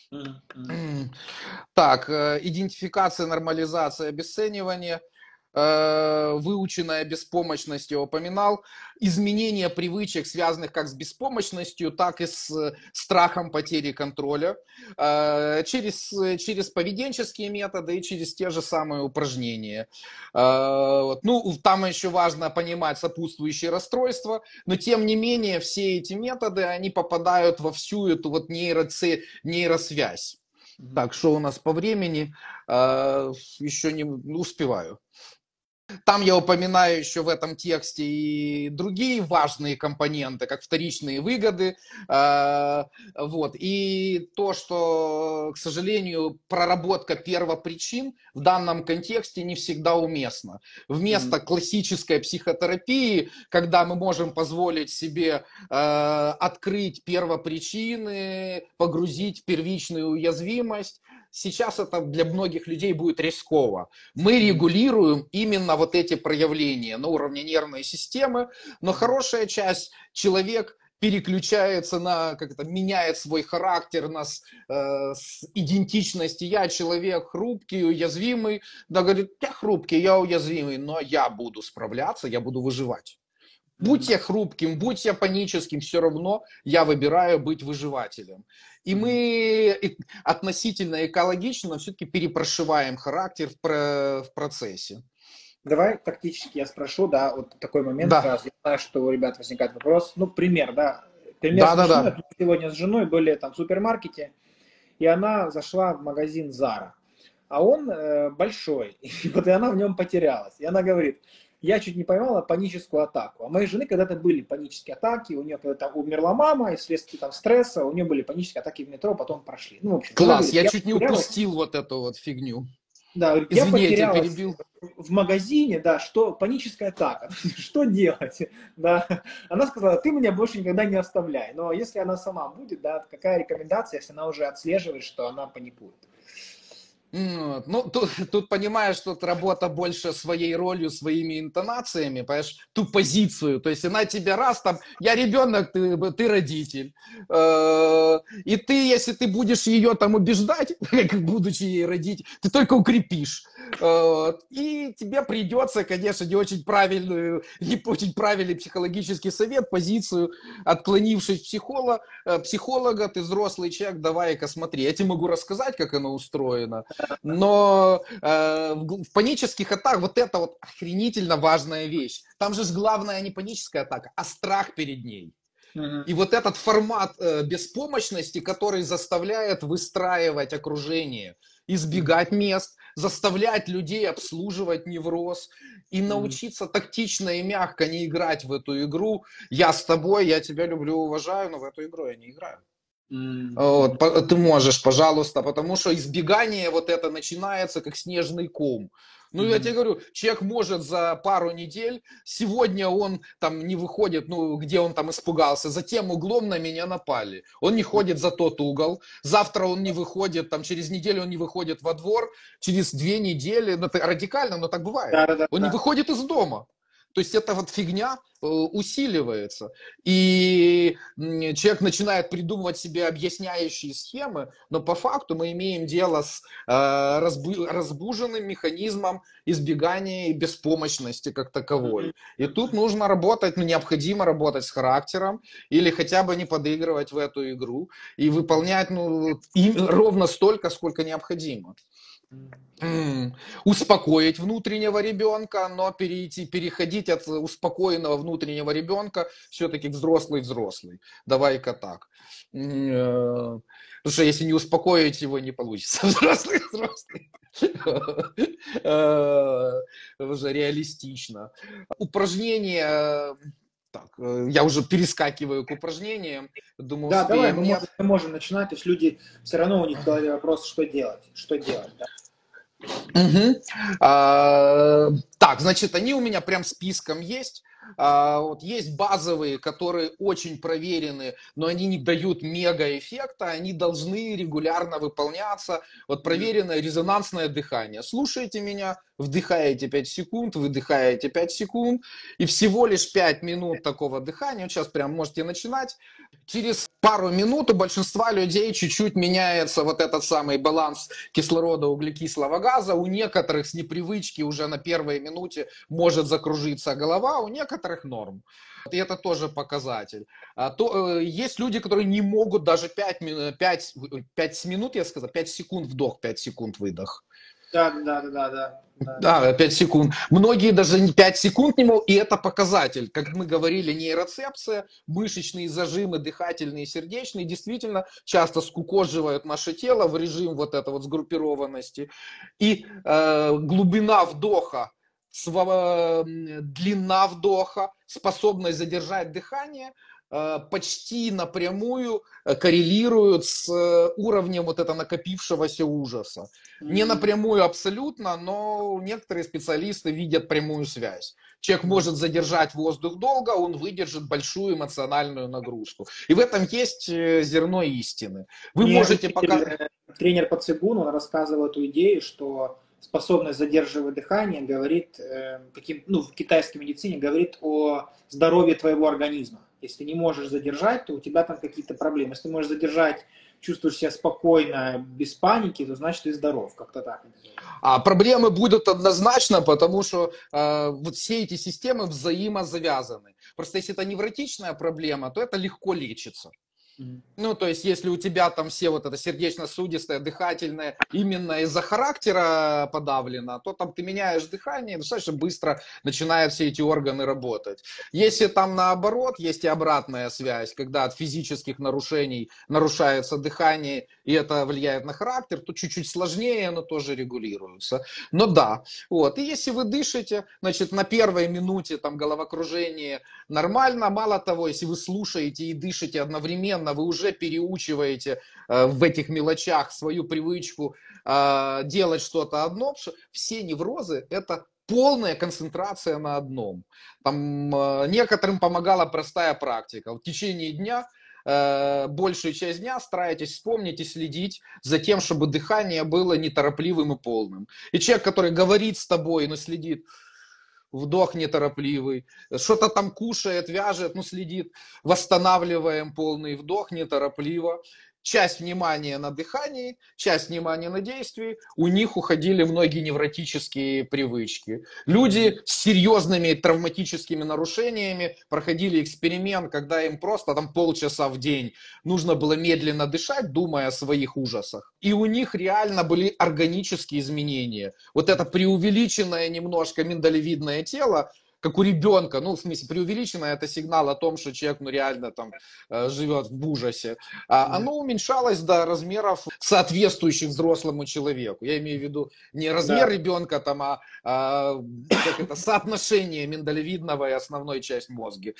Так, идентификация, нормализация, обесценивание. Выученная беспомощность, я упоминал, изменение привычек, связанных как с беспомощностью, так и с страхом потери контроля, через поведенческие методы и через те же самые упражнения. Ну, там еще важно понимать сопутствующие расстройства, но тем не менее все эти методы, они попадают во всю эту вот нейросвязь. Так, что у нас по времени? Еще не успеваю. Там я упоминаю еще в этом тексте и другие важные компоненты, как вторичные выгоды. Вот. И то, что, к сожалению, проработка первопричин в данном контексте не всегда уместна. Вместо классической психотерапии, когда мы можем позволить себе открыть первопричины, погрузить первичную уязвимость, сейчас это для многих людей будет рисково. Мы регулируем именно вот эти проявления на уровне нервной системы, но хорошая часть человек переключается меняет свой характер с идентичности. Я человек хрупкий, уязвимый. Да, говорит, я хрупкий, я уязвимый, но я буду справляться, я буду выживать. Будь я хрупким, будь я паническим, все равно я выбираю быть выживателем. И мы относительно экологично все-таки перепрошиваем характер в процессе. Давай тактически я спрошу, да, вот такой момент Да. сразу. Я знаю, что у ребят возникает вопрос. Ну, пример, да. Пример смешной. Мы сегодня с женой были там в супермаркете, и она зашла в магазин Zara. А он большой, и вот и она в нем потерялась. И она говорит, я чуть не поймала паническую атаку. А у моей жены когда-то были панические атаки, у нее когда-то умерла мама, и вследствие там стресса у нее были панические атаки в метро, потом прошли. Ну, в общем, класс, говорит, я чуть не упустил вот эту вот фигню. Да, говорит, Извини, я потерялась я тебя перебил. в магазине, да, что паническая атака, что делать? Да. Она сказала, ты меня больше никогда не оставляй. Но если она сама будет, да, какая рекомендация, если она уже отслеживает, что она паникует? Ну, тут понимаешь, тут работа больше своей ролью, своими интонациями, понимаешь, ту позицию. То есть она тебе раз там, я ребенок, ты родитель. И ты, если ты будешь ее там убеждать, как будучи ей родителем, ты только укрепишь. И тебе придется, конечно, не очень правильный психологический совет, позицию, отклонившись психолога, ты взрослый человек, давай-ка смотри. Я тебе могу рассказать, как оно устроено. Но в панических атаках вот это вот охренительно важная вещь. Там же главное не паническая атака, а страх перед ней. И вот этот формат беспомощности, который заставляет выстраивать окружение, избегать мест, заставлять людей обслуживать невроз и научиться тактично и мягко не играть в эту игру. Я с тобой, я тебя люблю, уважаю, но в эту игру я не играю. Вот, ты можешь, пожалуйста, потому что избегание вот это начинается как снежный ком. Ну, я тебе говорю, человек может за пару недель, сегодня он там не выходит, ну, где он там испугался, за тем углом на меня напали. Он не ходит за тот угол, завтра он не выходит, там через неделю он не выходит во двор, через 2 недели, ну, это радикально, но так бывает. Да, да, да, Он не да. выходит из дома. То есть эта вот фигня усиливается. И человек начинает придумывать себе объясняющие схемы, но по факту мы имеем дело с разбуженным механизмом избегания и беспомощности как таковой. И тут нужно работать, ну, необходимо работать с характером или хотя бы не подыгрывать в эту игру и выполнять, ну, ровно столько, сколько необходимо. Успокоить внутреннего ребенка, но переходить от успокоенного внутреннего ребенка все-таки к взрослый. Давай-ка так. Потому что если не успокоить его, не получится. Взрослый. Уже реалистично. Упражнения. Так, я уже перескакиваю к упражнениям. Думаю, Да, давай, успеем. мы Нет? можем начинать. То есть люди, все равно у них в голове вопрос, что делать, да. Мгм. Так, значит, они у меня прям списком есть. Вот есть базовые, которые очень проверены, но они не дают мега эффекта, они должны регулярно выполняться. Вот проверенное резонансное дыхание. Слушаете меня, вдыхаете 5 секунд, выдыхаете 5 секунд, и всего лишь 5 минут такого дыхания. Вот сейчас прям можете начинать. Через пару минут у большинства людей чуть-чуть меняется вот этот самый баланс кислорода, углекислого газа. У некоторых с непривычки уже на первой минуте может закружиться голова, у некоторых норм. И это тоже показатель. Есть люди, которые не могут даже 5 минут, я сказал, 5 секунд вдох, 5 секунд выдох. Да, да, да, да, да. Да, 5 секунд. Многие даже не 5 секунд не могут, и это показатель. Как мы говорили, нейроцепция, мышечные зажимы, дыхательные, сердечные, действительно часто скукоживают наше тело в режим вот этой вот сгруппированности. И глубина вдоха, длина вдоха, способность задержать дыхание почти напрямую коррелируют с уровнем вот этого накопившегося ужаса. Не напрямую абсолютно, но некоторые специалисты видят прямую связь. Человек может задержать воздух долго, он выдержит большую эмоциональную нагрузку. И в этом есть зерно истины. Вы Мне можете пока... тренер по цигуну, он рассказывал эту идею, что способность задерживать дыхание говорит, в китайской медицине говорит о здоровье твоего организма. Если не можешь задержать, то у тебя там какие-то проблемы. Если можешь задержать, чувствуешь себя спокойно, без паники, то значит ты здоров. Как-то так. А проблемы будут однозначно, потому что вот все эти системы взаимозавязаны. Просто если это невротичная проблема, то это легко лечится. Ну, то есть, если у тебя там все вот это сердечно-сосудистое, дыхательное именно из-за характера подавлено, то там ты меняешь дыхание, достаточно быстро начинают все эти органы работать. Если там наоборот, есть и обратная связь, когда от физических нарушений нарушается дыхание, и это влияет на характер, то чуть-чуть сложнее, но тоже регулируется. Но да, вот. И если вы дышите, значит, на первой минуте там головокружение нормально, мало того, если вы слушаете и дышите одновременно, вы уже переучиваете в этих мелочах свою привычку делать что-то одно, потому что все неврозы это полная концентрация на одном. Там, некоторым помогала простая практика. В течение дня большую часть дня старайтесь вспомнить и следить за тем, чтобы дыхание было неторопливым и полным. И человек, который говорит с тобой, но следит, вдох неторопливый, что-то там кушает, вяжет, ну следит, восстанавливаем полный вдох неторопливо, часть внимания на дыхании, часть внимания на действии, у них уходили многие невротические привычки. Люди с серьезными травматическими нарушениями проходили эксперимент, когда им просто там полчаса в день нужно было медленно дышать, думая о своих ужасах. И у них реально были органические изменения. Вот это преувеличенное немножко миндалевидное тело, как у ребенка, ну, в смысле, преувеличено, это сигнал о том, что человек, ну, реально там живет в ужасе. Оно уменьшалось до размеров, соответствующих взрослому человеку. Я имею в виду не размер ребенка, там, как это, соотношение миндалевидного и основной части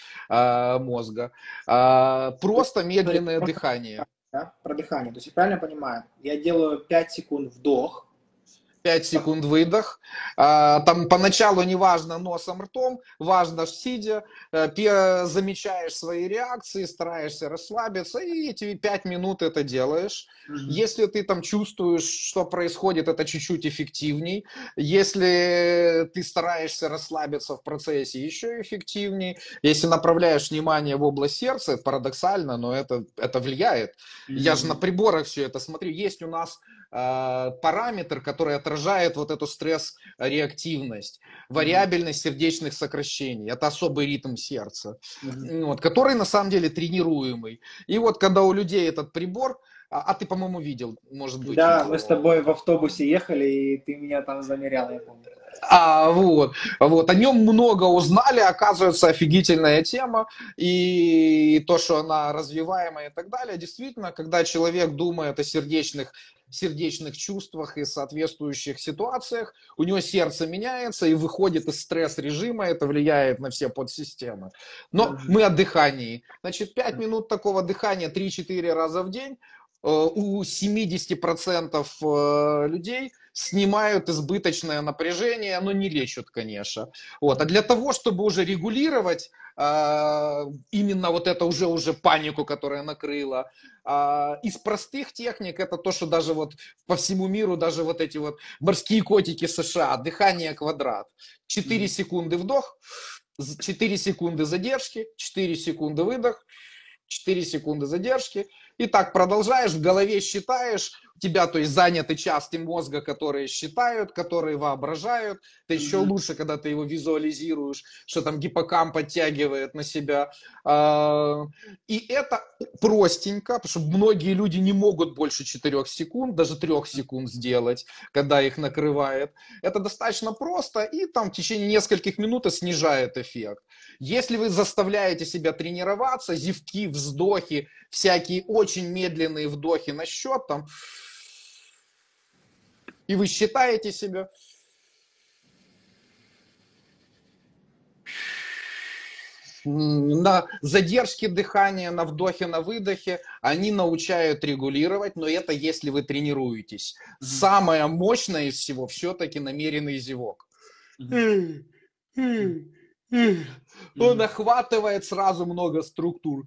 мозга. Просто медленное дыхание. Да? Про дыхание. То есть я правильно понимаю? Я делаю 5 секунд вдох. 5 секунд выдох. Там поначалу не важно носом, ртом, важно сидя, замечаешь свои реакции, стараешься расслабиться, и эти 5 минут это делаешь. Если ты там чувствуешь, что происходит, это чуть-чуть эффективней. Если ты стараешься расслабиться в процессе, еще эффективней. Если направляешь внимание в область сердца, это парадоксально, но это влияет. Я же на приборах все это смотрю. Есть у нас параметр, который отражает вот эту стресс-реактивность, вариабельность сердечных сокращений. Это особый ритм сердца, вот, который на самом деле тренируемый. И вот когда у людей этот прибор, а ты, по-моему, видел, может быть. Да, мы с тобой в автобусе ехали, и ты меня там замерял, я помню. Вот, о нем много узнали, оказывается, офигительная тема, и то, что она развиваемая и так далее. Действительно, когда человек думает о сердечных чувствах и соответствующих ситуациях, у него сердце меняется и выходит из стресс-режима, это влияет на все подсистемы. Но мы о дыхании. Значит, 5 минут такого дыхания 3-4 раза в день у 70% людей снимают избыточное напряжение, но не лечат, конечно. Вот. А для того, чтобы уже регулировать именно вот это уже панику, которая накрыла, из простых техник это то, что даже вот по всему миру, даже вот эти вот морские котики США, дыхание квадрат. 4 секунды вдох, 4 секунды задержки, 4 секунды выдох, 4 секунды задержки. И так продолжаешь, в голове считаешь, у тебя, то есть, заняты части мозга, которые считают, которые воображают. Это еще лучше, когда ты его визуализируешь, что там гиппокамп подтягивает на себя. И это простенько, потому что многие люди не могут больше 4 секунд, даже 3 секунд сделать, когда их накрывает. Это достаточно просто, и там в течение нескольких минут снижает эффект. Если вы заставляете себя тренироваться, зевки, вздохи, всякие очень медленные вдохи на счет, там, и вы считаете себя, на задержке дыхания, на вдохе, на выдохе, они научают регулировать, но это если вы тренируетесь. Самое мощное из всего все-таки намеренный зевок. Он охватывает сразу много структур.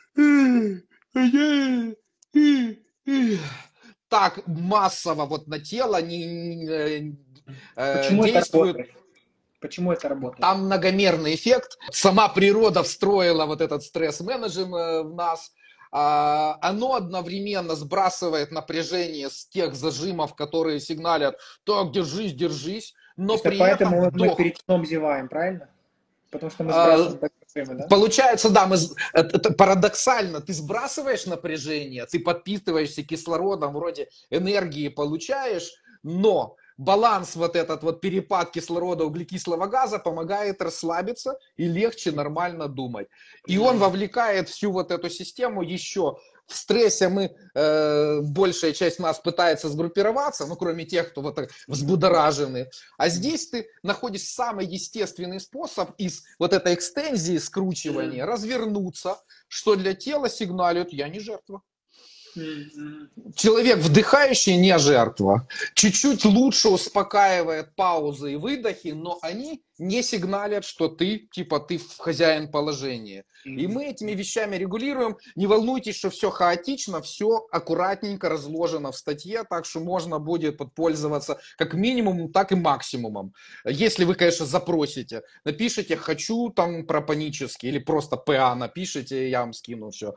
Так массово вот на тело Почему это действует. работает? Почему это работает? Там многомерный эффект. Сама природа встроила вот этот стресс-менеджмент в нас. Оно одновременно сбрасывает напряжение с тех зажимов, которые сигналят: так, держись, держись. Но при этом поэтому мы вдох. перед сном зеваем, правильно? Потому что мы сбрасываем напряжение, да? Получается, да, это парадоксально. Ты сбрасываешь напряжение, ты подпитываешься кислородом, вроде энергии получаешь, но баланс вот этот вот перепад кислорода, углекислого газа помогает расслабиться и легче нормально думать. И он вовлекает всю вот эту систему еще. В стрессе большая часть нас пытается сгруппироваться, ну, кроме тех, кто вот так взбудоражены. А здесь ты находишь самый естественный способ из вот этой экстензии, скручивания, развернуться, что для тела сигналит: я не жертва. Человек, вдыхающий, не жертва. Чуть-чуть лучше успокаивает паузы и выдохи, но они не сигналят, что ты хозяин положения. И мы этими вещами регулируем. Не волнуйтесь, что все хаотично, все аккуратненько разложено в статье, так что можно будет пользоваться как минимумом, так и максимумом. Если вы, конечно, запросите, напишите «хочу» там про панический, или просто «ПА» напишите, я вам скину все.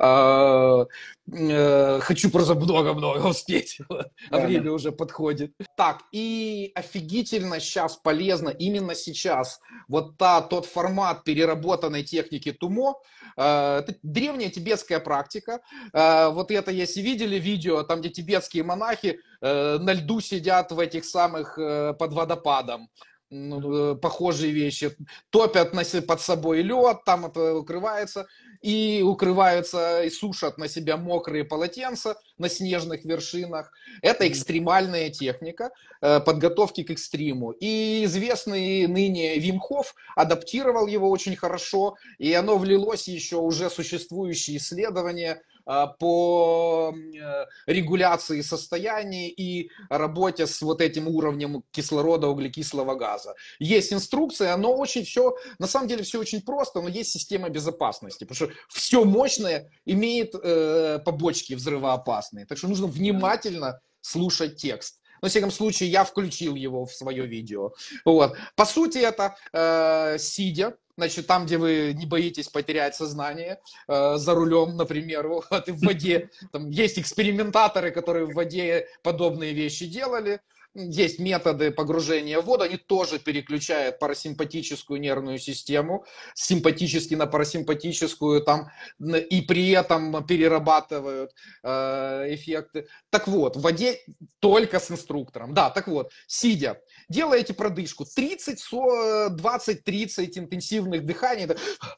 Хочу просто много-много успеть, а время уже подходит. Так, и офигительно сейчас полезно именно сейчас вот тот формат переработанной техники Тумо. Это древняя тибетская практика. Вот это, если видели видео, там, где тибетские монахи на льду сидят в этих самых под водопадом. Похожие вещи. Топят под собой лед, там это укрываются и сушат на себя мокрые полотенца на снежных вершинах. Это экстремальная техника подготовки к экстриму. И известный ныне Вим Хоф адаптировал его очень хорошо, и оно влилось еще уже существующие исследования по регуляции состояния и работе с вот этим уровнем кислорода, углекислого газа. Есть инструкция, но очень все, на самом деле все очень просто, но есть система безопасности, потому что все мощное имеет побочки взрывоопасные, так что нужно внимательно слушать текст. Но, во всяком случае, я включил его в свое видео. Вот. По сути, это сидя, значит, там, где вы не боитесь потерять сознание, за рулем, например, вот, и в воде. Там есть экспериментаторы, которые в воде подобные вещи делали. Есть методы погружения в воду, они тоже переключают парасимпатическую нервную систему с симпатически на парасимпатическую, там, и при этом перерабатывают эффекты. Так вот, в воде только с инструктором. Да, так вот, сидя, делаете продышку 20-30 интенсивных дыханий,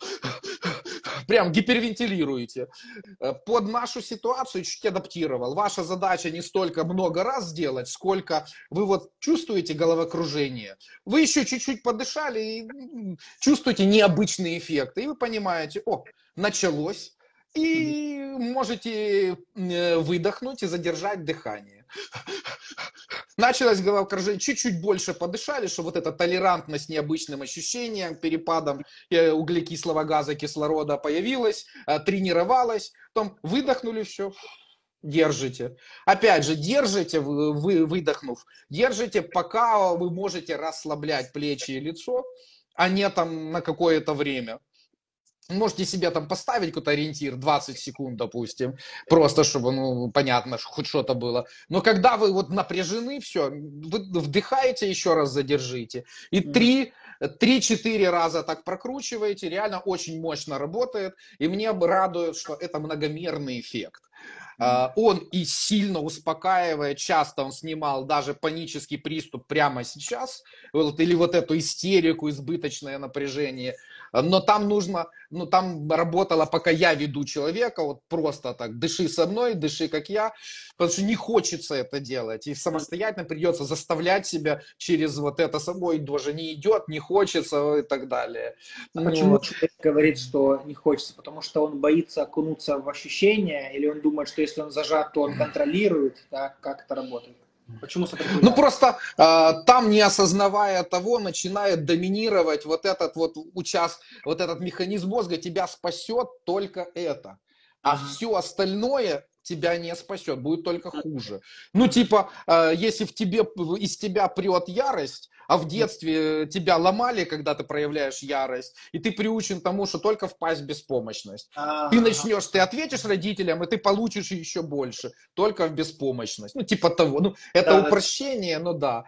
прям гипервентилируете. Под нашу ситуацию чуть адаптировал. Ваша задача не столько много раз сделать, сколько вы вот чувствуете головокружение. Вы еще чуть-чуть подышали и чувствуете необычные эффекты. И вы понимаете, о, началось. И можете выдохнуть и задержать дыхание. Началось головокружение, чуть-чуть больше подышали, что вот эта толерантность необычным ощущениям, перепадом углекислого газа, кислорода появилась, тренировалась, потом выдохнули, все, держите. Опять же, держите, вы выдохнув, держите, пока вы можете расслаблять плечи и лицо, а не там на какое-то время. Можете себе там поставить какой-то ориентир, 20 секунд, допустим, просто чтобы, ну, понятно, хоть что-то было. Но когда вы вот напряжены, все, вы вдыхаете, еще раз задержите. И 3-4 раза так прокручиваете, реально очень мощно работает. И мне радует, что это многомерный эффект. Он и сильно успокаивает, часто он снимал даже панический приступ прямо сейчас, или вот эту истерику, избыточное напряжение. Но там нужно, ну там работало, пока я веду человека, вот просто так, дыши со мной, дыши как я, потому что не хочется это делать, и самостоятельно придется заставлять себя через вот это собой, даже не идет, не хочется и так далее. А почему человек говорит, что не хочется? Потому что он боится окунуться в ощущения, или он думает, что если он зажат, то он контролирует, да? Как это работает? Почему сопротивляется? Ну просто там, не осознавая того, начинает доминировать вот этот вот вот этот механизм мозга, тебя спасет только это. А все остальное тебя не спасет, будет только хуже. Ну типа, если из тебя прет ярость, а в детстве тебя ломали, когда ты проявляешь ярость, и ты приучен тому, что только впасть в беспомощность. Ты ответишь родителям, и ты получишь еще больше, только в беспомощность. Ну, типа того. Ну, это упрощение, но да.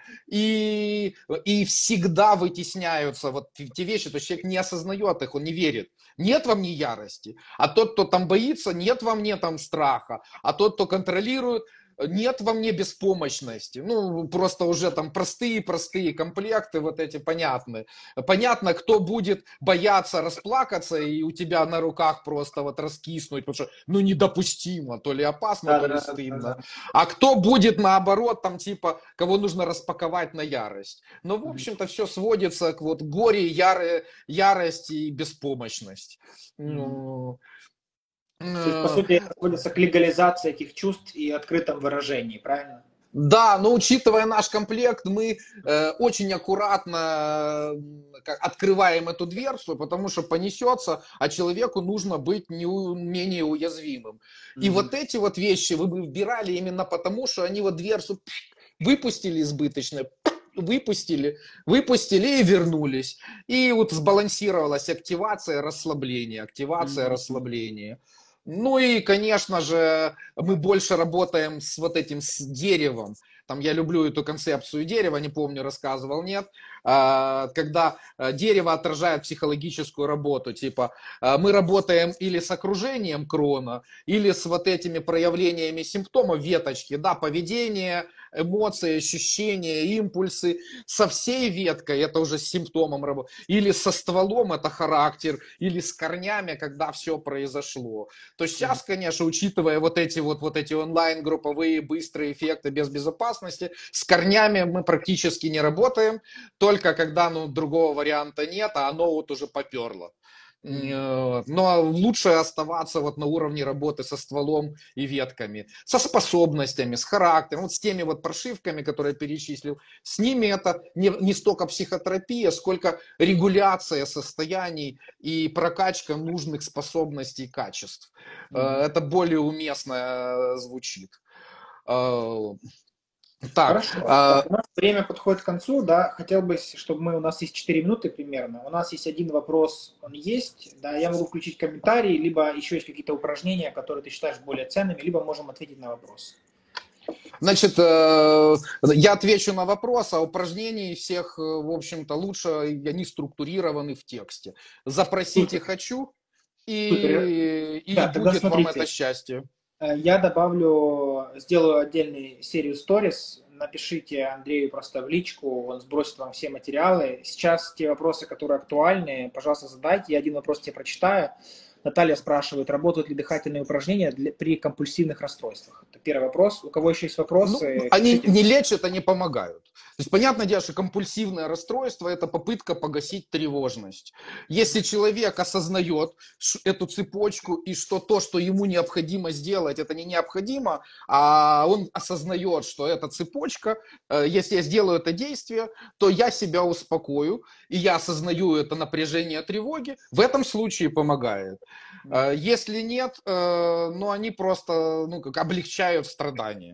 И всегда вытесняются вот те вещи, то есть человек не осознает их, он не верит. Нет во мне ярости, а тот, кто там боится, нет во мне там страха, а тот, кто контролирует, нет во мне беспомощности. Ну, просто уже там простые комплекты вот эти понятны. Понятно, кто будет бояться расплакаться и у тебя на руках просто вот раскиснуть, потому что, ну, недопустимо, то ли опасно, то ли стыдно. А кто будет наоборот, там, типа, кого нужно распаковать на ярость. Но, в общем-то, все сводится к вот горе, ярость и беспомощность. Ну, то есть, по сути, сводится к легализации этих чувств и открытом выражении, правильно? Да, но учитывая наш комплект, мы очень аккуратно открываем эту дверцу, потому что понесется, а человеку нужно быть менее уязвимым. И вот эти вот вещи вы бы выбирали именно потому, что они вот дверцу выпустили избыточно, выпустили и вернулись. И вот сбалансировалась активация, расслабление, активация, расслабление. Ну и, конечно же, мы больше работаем с вот этим, с деревом. Там я люблю эту концепцию дерева, не помню, рассказывал, нет. Когда дерево отражает психологическую работу. Типа мы работаем или с окружением крона, или с вот этими проявлениями симптомов веточки, да, поведение, эмоции, ощущения, импульсы. Со всей веткой это уже с симптомом работы. Или со стволом это характер, или с корнями, когда все произошло. То есть сейчас, конечно, учитывая вот эти онлайн-групповые быстрые эффекты без безопасности, с корнями мы практически не работаем, только когда другого варианта нет, а оно вот уже поперло. Но лучше оставаться вот на уровне работы со стволом и ветками, со способностями, с характером, вот с теми вот прошивками, которые я перечислил. С ними это не столько психотерапия, сколько регуляция состояний и прокачка нужных способностей и качеств. Это более уместно звучит. Так, Хорошо. У нас время подходит к концу, да. Хотел бы, чтобы у нас есть 4 минуты примерно. У нас есть один вопрос, он есть, да. Я могу включить комментарии, либо еще есть какие-то упражнения, которые ты считаешь более ценными, либо можем ответить на вопрос. значит, я отвечу на вопрос, а упражнений всех, в общем-то, лучше, они структурированы в тексте. Запросите «хочу», и Да, тогда будет вам это смотрите. счастье. Я сделаю отдельную серию сторис. Напишите Андрею просто в личку, он сбросит вам все материалы. Сейчас те вопросы, которые актуальны, пожалуйста, задайте. Я один вопрос тебе прочитаю. Наталья спрашивает, работают ли дыхательные упражнения при компульсивных расстройствах? Это первый вопрос. У кого еще есть вопросы? Они пишите. не лечат, они помогают. То есть, понятное дело, что компульсивное расстройство – это попытка погасить тревожность. Если человек осознает эту цепочку и что то, что ему необходимо сделать, это не необходимо, а он осознает, что эта цепочка, если я сделаю это действие, то я себя успокою, и я осознаю это напряжение тревоги, в этом случае помогает. Если нет, они просто облегчают страдания.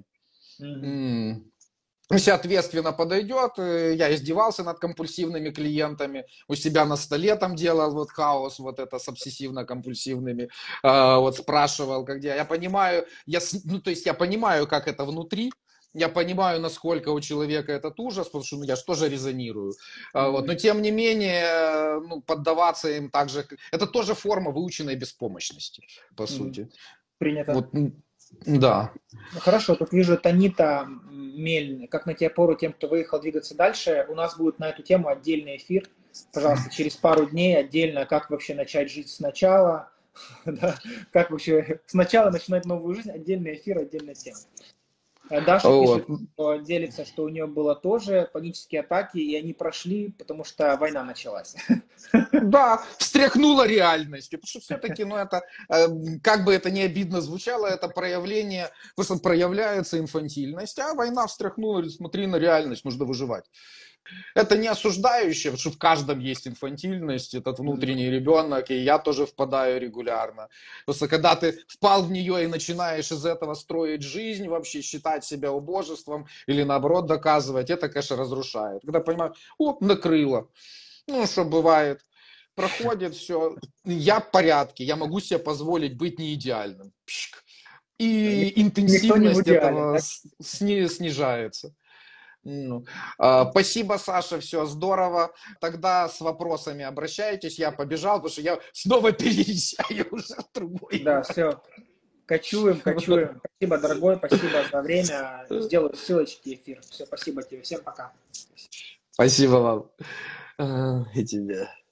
Если ответственно подойдет, я издевался над компульсивными клиентами, у себя на столе там делал вот хаос, вот это с обсессивно-компульсивными, вот спрашивал, где я понимаю, я понимаю, как это внутри, я понимаю, насколько у человека этот ужас, потому что я же тоже резонирую. Но тем не менее, поддаваться им также, это тоже форма выученной беспомощности, по сути. Принято. Вот, да. Хорошо, тут вижу Танита Мельн. Как найти опору тем, кто выехал двигаться дальше? У нас будет на эту тему отдельный эфир. Пожалуйста, через пару дней отдельно, как вообще начать жить сначала. Да, как вообще сначала начинать новую жизнь. Отдельный эфир, отдельная тема. Даша пишет, что делится, что у нее было тоже панические атаки, и они прошли, потому что война началась. Да, встряхнула реальностью, потому что все-таки, это, как бы это ни обидно звучало, это проявление, просто проявляется инфантильность, а война встряхнула, смотри на реальность, нужно выживать. Это не осуждающее, потому что в каждом есть инфантильность, этот внутренний ребенок, и я тоже впадаю регулярно. Просто когда ты впал в нее и начинаешь из этого строить жизнь, вообще считать себя убожеством или наоборот доказывать, это, конечно, разрушает. Когда понимаешь, накрыло. Что бывает. Проходит все. Я в порядке, я могу себе позволить быть не идеальным. И интенсивность этого снижается. Спасибо, Саша, все здорово. Тогда с вопросами обращайтесь. Я побежал, потому что я снова переезжаю уже в другой. Да, все. Кочуем. Спасибо, дорогой, спасибо за время. Сделаю ссылочки, эфир. Все, спасибо тебе. Всем пока. Спасибо вам. И тебе.